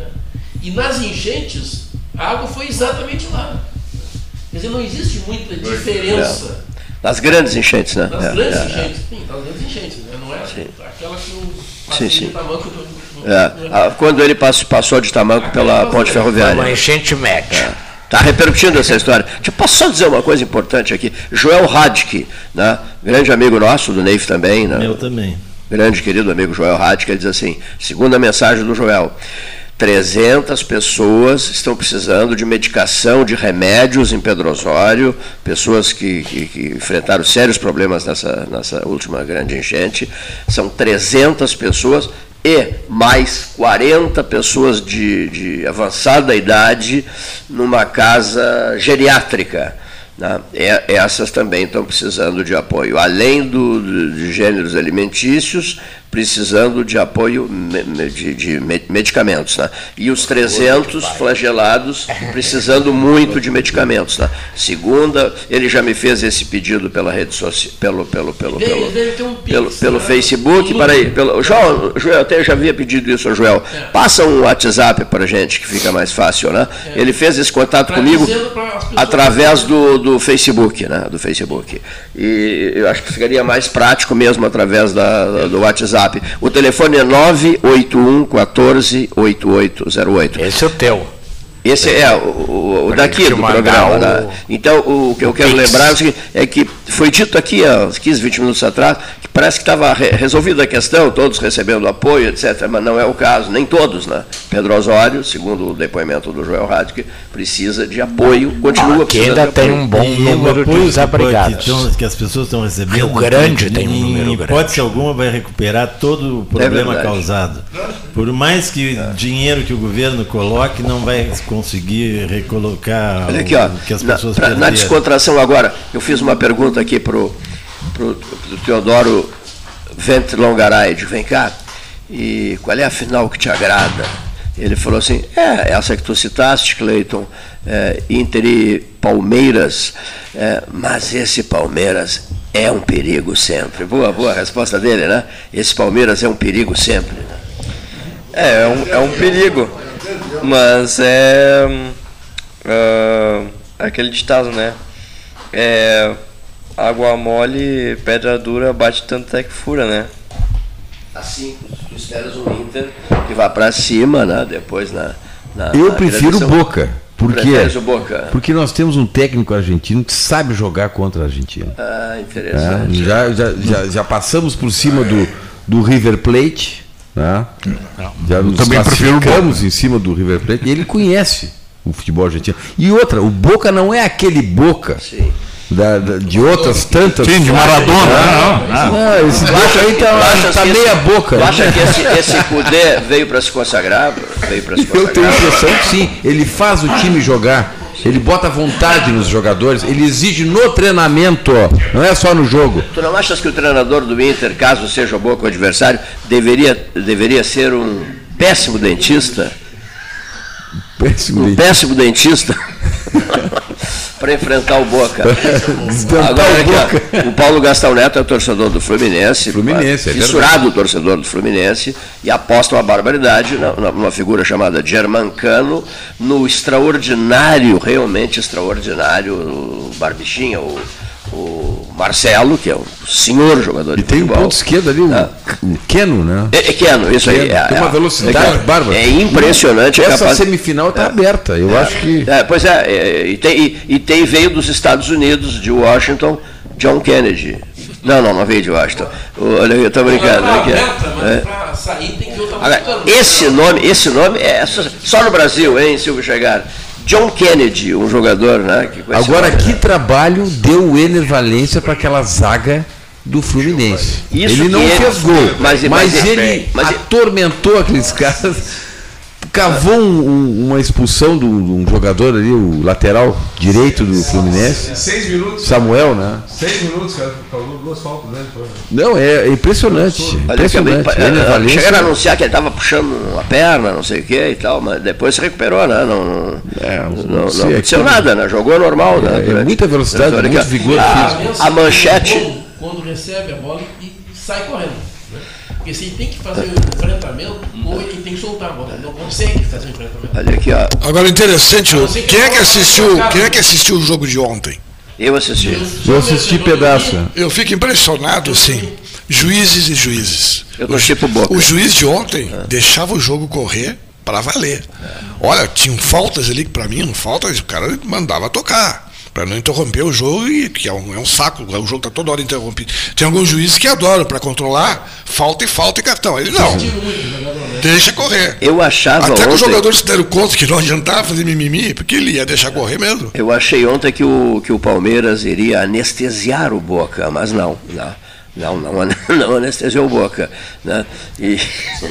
E nas enchentes, a água foi exatamente lá. Quer dizer, não existe muita diferença. Nas grandes enchentes, né? Nas grandes é, enchentes, é. Sim, nas grandes enchentes, né? Não é sim. Aquela que o sim, sim. de Tamanco... Do, é. Quando ele passou de Tamanco pela ponte ferroviária. Uma enchente média. Está repercutindo essa história. Deixa eu posso só dizer uma coisa importante aqui. Joel Radke, né? Grande amigo nosso, do Neif também. Né? Meu também. Grande querido amigo Joel Radke, ele diz assim, segunda mensagem do Joel... trezentas pessoas estão precisando de medicação, de remédios em Pedro Osório, pessoas que, que, que enfrentaram sérios problemas nessa, nessa última grande enchente. São trezentas pessoas e mais quarenta pessoas de, de avançada idade numa casa geriátrica. Né? E, essas também estão precisando de apoio, além do, de gêneros alimentícios, precisando de apoio de, de medicamentos. Né? E os trezentos flagelados precisando muito de medicamentos. Né? Segunda, ele já me fez esse pedido pela rede social, pelo, pelo, pelo, pelo, pelo, pelo Facebook. Peraí, pelo, João, Joel, até já havia pedido isso ao Joel. Passa um WhatsApp para a gente, que fica mais fácil. Né? Ele fez esse contato comigo através do, do Facebook. Né? Do Facebook. E eu acho que ficaria mais prático mesmo através da, do WhatsApp. O telefone é nove oito um um quatro oito oito zero oito. Esse é o teu. Esse é o, o, o daqui do programa. O... Né? Então, o que eu quero Pix. lembrar é, o seguinte, é que foi dito aqui há quinze, vinte minutos atrás que parece que estava re resolvida a questão, todos recebendo apoio, etcétera. Mas não é o caso, nem todos. Né? Pedro Osório, segundo o depoimento do Joel Radke, precisa de apoio, continua ah, precisando ainda de apoio. tem um bom e número de desabrigados. Que, que as pessoas estão recebendo. Rio Grande tem um em, número em grande. hipótese alguma vai recuperar todo o problema é causado. Por mais que é. dinheiro que o governo coloque, não vai conseguir recolocar Olha aqui, ó, o que as pessoas na, na descontração agora, eu fiz uma pergunta aqui para o Teodoro Vente Longaraide, vem cá, e qual é a final que te agrada? Ele falou assim, é, essa que tu citaste, Cleiton, é, Inter e Palmeiras, é, mas esse Palmeiras é um perigo sempre. Boa, boa a resposta dele, né? Esse Palmeiras é um perigo sempre. É, é um, é um perigo, mas é... Uh, aquele ditado, né? É, água mole, pedra dura, bate tanto até que fura, né? Assim, tu esperas um Inter que vá para cima, né? Depois na. na Eu na prefiro o Boca. Por quê? O Boca. Porque nós temos um técnico argentino que sabe jogar contra a Argentina. Ah, interessante. É, já, já, já, já passamos por cima do, do River Plate. Né? Já nos também classificamos em cima do River Plate. E ele conhece o futebol argentino. E outra, o Boca não é aquele Boca. Sim. Da, da, de outras tantas. Sim, de Maradona. Não, não, não. Esse Boca aí tá, tá meia esse, boca. Tu acha que esse, esse Cudê veio para se consagrar? Veio para se consagrar? Eu tenho a impressão que sim. Ele faz o time jogar. Ele bota vontade nos jogadores. Ele exige no treinamento, não é só no jogo. Tu não achas que o treinador do Inter, caso seja o Boca o adversário, deveria, deveria ser um péssimo dentista? Péssimo um dentista. péssimo dentista para enfrentar o Boca. Agora, o, Boca. Ó, o Paulo Gastão Neto é torcedor do Fluminense, Fluminense é fissurado torcedor do Fluminense, e aposta uma barbaridade numa figura chamada Germancano, no extraordinário, realmente extraordinário, o Barbichinha, o, o Marcelo, que é um senhor jogador de e tem futebol. Um ponto esquerdo ali, ah. o Keno, né? É, é Keno, isso Keno. aí. É, tem uma velocidade é, bárbara. É impressionante. Essa capaz... semifinal está é. aberta, eu é. acho que... É, pois é, é e, tem, e, e tem veio dos Estados Unidos, de Washington, John Kennedy. Não, não, não veio de Washington. Olha, eu estou brincando. Aqui, é. Agora, esse nome, esse nome é só, só no Brasil, hein, Silvio Chegar? John Kennedy, um jogador, né? Que Agora, que né? trabalho deu o Ener Valencia para aquela zaga do Fluminense? Isso ele não ele, fez gol, mas, mas, mas ele mas atormentou aqueles caras. Cavou um, um, uma expulsão de um jogador ali, o lateral direito do Fluminense. Seis minutos. Samuel, né? Seis minutos, cara. Causou duas faltas, né? Não, é impressionante. impressionante. Olha, chegaram a anunciar que ele estava puxando a perna, não sei o que e tal, mas depois se recuperou, né? Não, não, é, não, não, não aconteceu nada, né? Jogou normal, né? É, é muita velocidade, durante, muito vigor a, físico. A manchete. Quando recebe a bola e sai correndo. Porque se ele tem que fazer o enfrentamento, ou ele tem que soltar a bola, ele não consegue fazer o enfrentamento. Olha aqui, ó. Agora, interessante, quem é que assistiu, quem é que assistiu o jogo de ontem? Eu assisti. Eu assisti pedaço. Eu fico impressionado, assim, juízes e juízes. Eu torci pro Boca. O juiz de ontem ah. deixava o jogo correr para valer. Olha, tinham faltas ali que para mim não faltas, o cara mandava tocar. Para não interromper o jogo, e que é um, é um saco, o jogo está toda hora interrompido. Tem alguns juízes que adoram para controlar, falta e falta e cartão. Ele não, deixa correr. Eu achava Até ontem... que os jogadores se deram conta que não adiantava fazer mimimi, porque ele ia deixar correr mesmo. Eu achei ontem que o, que o Palmeiras iria anestesiar o Boca, mas não, não. Não, não, não anestesiou o Boca. Né? E...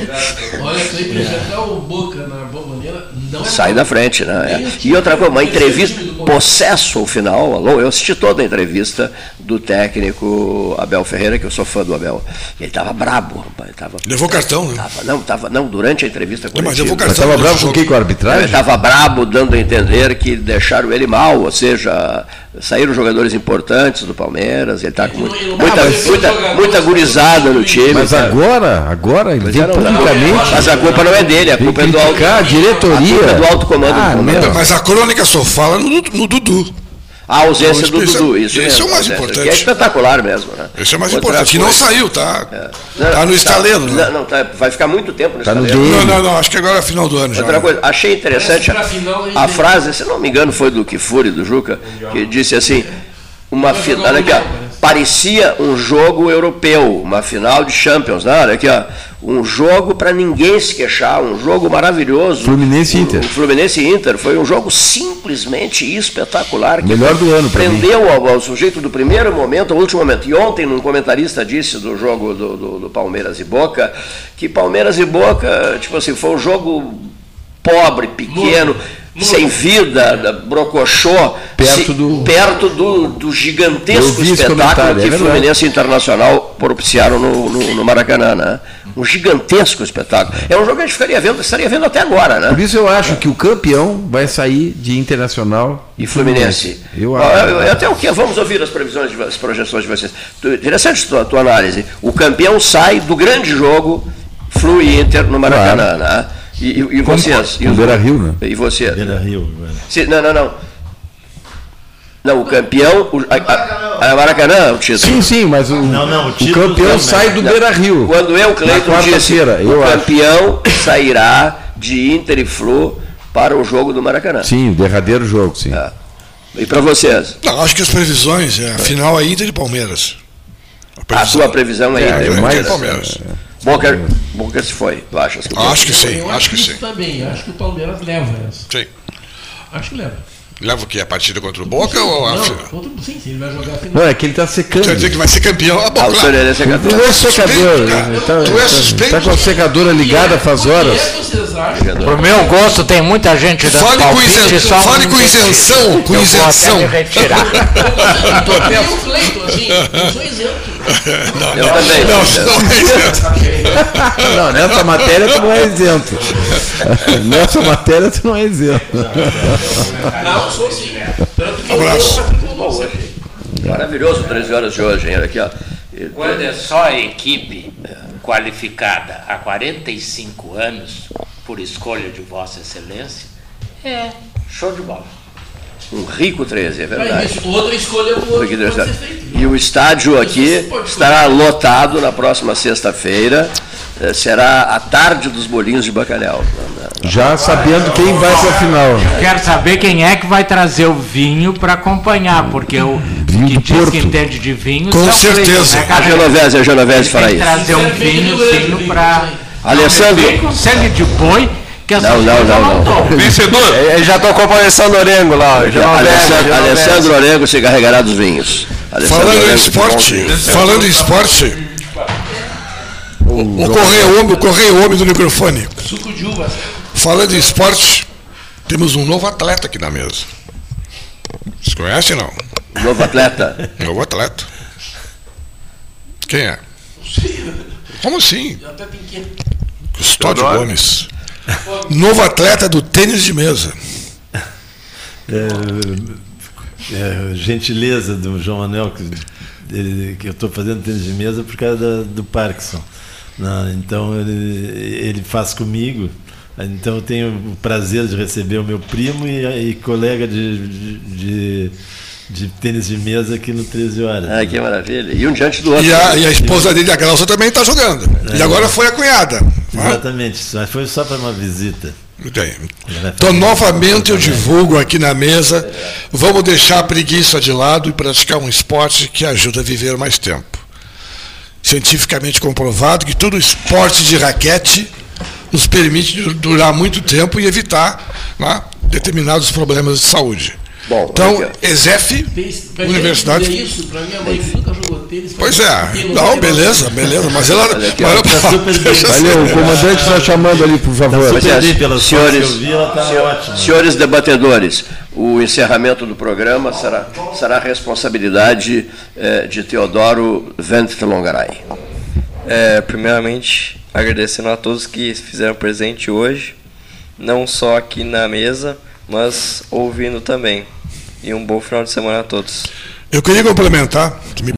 Olha, se ele projetar o Boca na bomboneira, não é. Sai da frente, né? É. E outra coisa, uma entrevista, possesso ao final, alô, eu assisti toda a entrevista do técnico Abel Ferreira, que eu sou fã do Abel. Ele estava brabo, rapaz. Tava, levou cartão, né? Tava, não, tava, não, durante a entrevista com ele. Mas levou cartão. Estava bravo com quem? Com a arbitragem? Ele estava brabo, dando a entender que deixaram ele mal, ou seja, saíram jogadores importantes do Palmeiras, ele está com muita, muita, muita, muita gurizada no time. Mas sabe? agora, agora ele vem publicamente. Mas a culpa não é dele, a culpa é do alto, a diretoria. A culpa é do alto comando ah, do Palmeiras. Mas a crônica só fala no, no Dudu. A ausência do Dudu, isso Esse mesmo, é o mais é, importante. Que é espetacular mesmo, né? Esse é o mais Outra importante. Que não coisa. saiu, tá? É. Tá no estaleiro, tá, né? Não, não tá, vai ficar muito tempo no Tá no estaleiro. Não, não, não. Acho que agora é final do ano já. Outra coisa, achei interessante a, a frase, se não me engano, foi do Kifuri, do Juca, que disse assim, uma final, olha aqui, ó, parecia um jogo europeu, uma final de Champions, né? Olha aqui, ó, um jogo para ninguém se queixar, um jogo maravilhoso. Fluminense Inter. O, o Fluminense Inter foi um jogo simplesmente espetacular. Que melhor do ano, prendeu ao, ao sujeito do primeiro momento ao último momento. E ontem, um comentarista disse do jogo do, do, do Palmeiras e Boca, que Palmeiras e Boca, tipo assim, foi um jogo pobre, pequeno, sem vida, brocochô, perto se, do, perto do, do gigantesco espetáculo que é Fluminense e Internacional propiciaram no, no, no Maracanã, né? Um gigantesco espetáculo. É um jogo que a gente ficaria vendo, estaria vendo até agora, né? Por isso eu acho que o campeão vai sair de Internacional e Fluminense. Eu acho. Eu, eu, até o que? Vamos ouvir as previsões, de, as projeções de vocês. Interessante a tua, tua análise. O campeão sai do grande jogo Flu e Inter no Maracanã, claro. Né? E, e, e vocês? O Beira-Rio, né? E você? Beira-Rio. Não, não, não. Não, o campeão. O, a, a, a Maracanã, o título. Sim, sim, mas o, não, não, o, o campeão não, sai do Beira-Rio. Quando eu, Cleiton, disse eu o acho. campeão sairá de Inter e Flu para o jogo do Maracanã. Sim, o derradeiro jogo, sim. É. E para vocês? Não, acho que as previsões, é, a final é Inter e Palmeiras. A, a sua previsão é, é Inter e mais, Palmeiras. É. Boca, Boca se foi, tu achas que Acho que sim, eu acho, acho que isso sim. também, acho que o Palmeiras leva essa. Sim. Acho que leva. Leva o quê? A partida contra o Boca ou a Não, final? contra, sim, sim, ele vai jogar a final. Não, é que ele está secando. Quer dizer que vai ser campeão? Ah, bom, ah, claro. é secador. Tu é secador. Tu é suspeito. Está com a secadora ligada faz horas. Pro meu gosto, tem muita gente dando Fale palpite, com isen... só Fale com isenção, com eu isenção. Vou até me retirar. Eu o Cleiton, assim, eu sou isento. Não, eu também. Não, não, não é isento. Não, nessa matéria tu não é isento. Nessa matéria tu não é isento. Não, sou sim. Abraço. Maravilhoso, treze horas de hoje, hein? Aqui, ó. Quando é só a equipe qualificada há quarenta e cinco anos, por escolha de Vossa Excelência, é show de bola. Um rico treze, é verdade. Mas outra escolha do outro pode ser feito. E o estádio aqui estará lotado na próxima sexta-feira. Será a tarde dos bolinhos de bacalhau. Já sabendo quem vai para a final. Quero saber quem é que vai trazer o vinho para acompanhar, porque o vinho que diz Porto. que entende de vinho... Com certeza. Né, a Genovese, a Genovese fará isso. trazer um vinho fino para... Alessandro. Com sangue de boi... Que não, não, não, não. Vencedor! Ele já tocou para o Alessandro Orengo lá. Alessandro, Alessandro Orengo se encarregará dos vinhos. Alessandro falando Orengo, em esporte, falando em esporte, o, o correio homem, o correio homem do microfone. Suco de uva. Falando em esporte, temos um novo atleta aqui na mesa. Vocês conhecem não? Novo atleta? Novo atleta. Quem é? Como assim? Até tem que... Custódio Gomes. Novo atleta do tênis de mesa. É, é, gentileza do João Manuel, que, ele, que eu estou fazendo tênis de mesa por causa da, do Parkinson. Não, então ele, ele faz comigo. Então eu tenho o prazer de receber o meu primo e, e colega de, de, de, de tênis de mesa aqui no treze horas. Ah, que maravilha. E um diante do outro. E a, e a esposa dele, a Glaucia, também está jogando. É. E agora foi a cunhada. Exatamente, mas foi só para uma visita. Bem. Então, novamente eu divulgo aqui na mesa, vamos deixar a preguiça de lado e praticar um esporte que ajuda a viver mais tempo. Cientificamente comprovado que todo esporte de raquete nos permite durar muito tempo e evitar, né, determinados problemas de saúde. Bom, então, ESEF, Universidade. Isso, para minha mãe que nunca jogou tênis. Pois é, não, beleza, beleza, mas ela. Valeu, o comandante está chamando ali, por favor. Mas é, senhores, senhores, senhores debatedores, o encerramento do programa será, será responsabilidade eh, de Teodoro Ventlongaray. É, primeiramente, agradecendo a todos que fizeram presente hoje, não só aqui na mesa, mas ouvindo também. E um bom final de semana a todos. Eu queria complementar, que me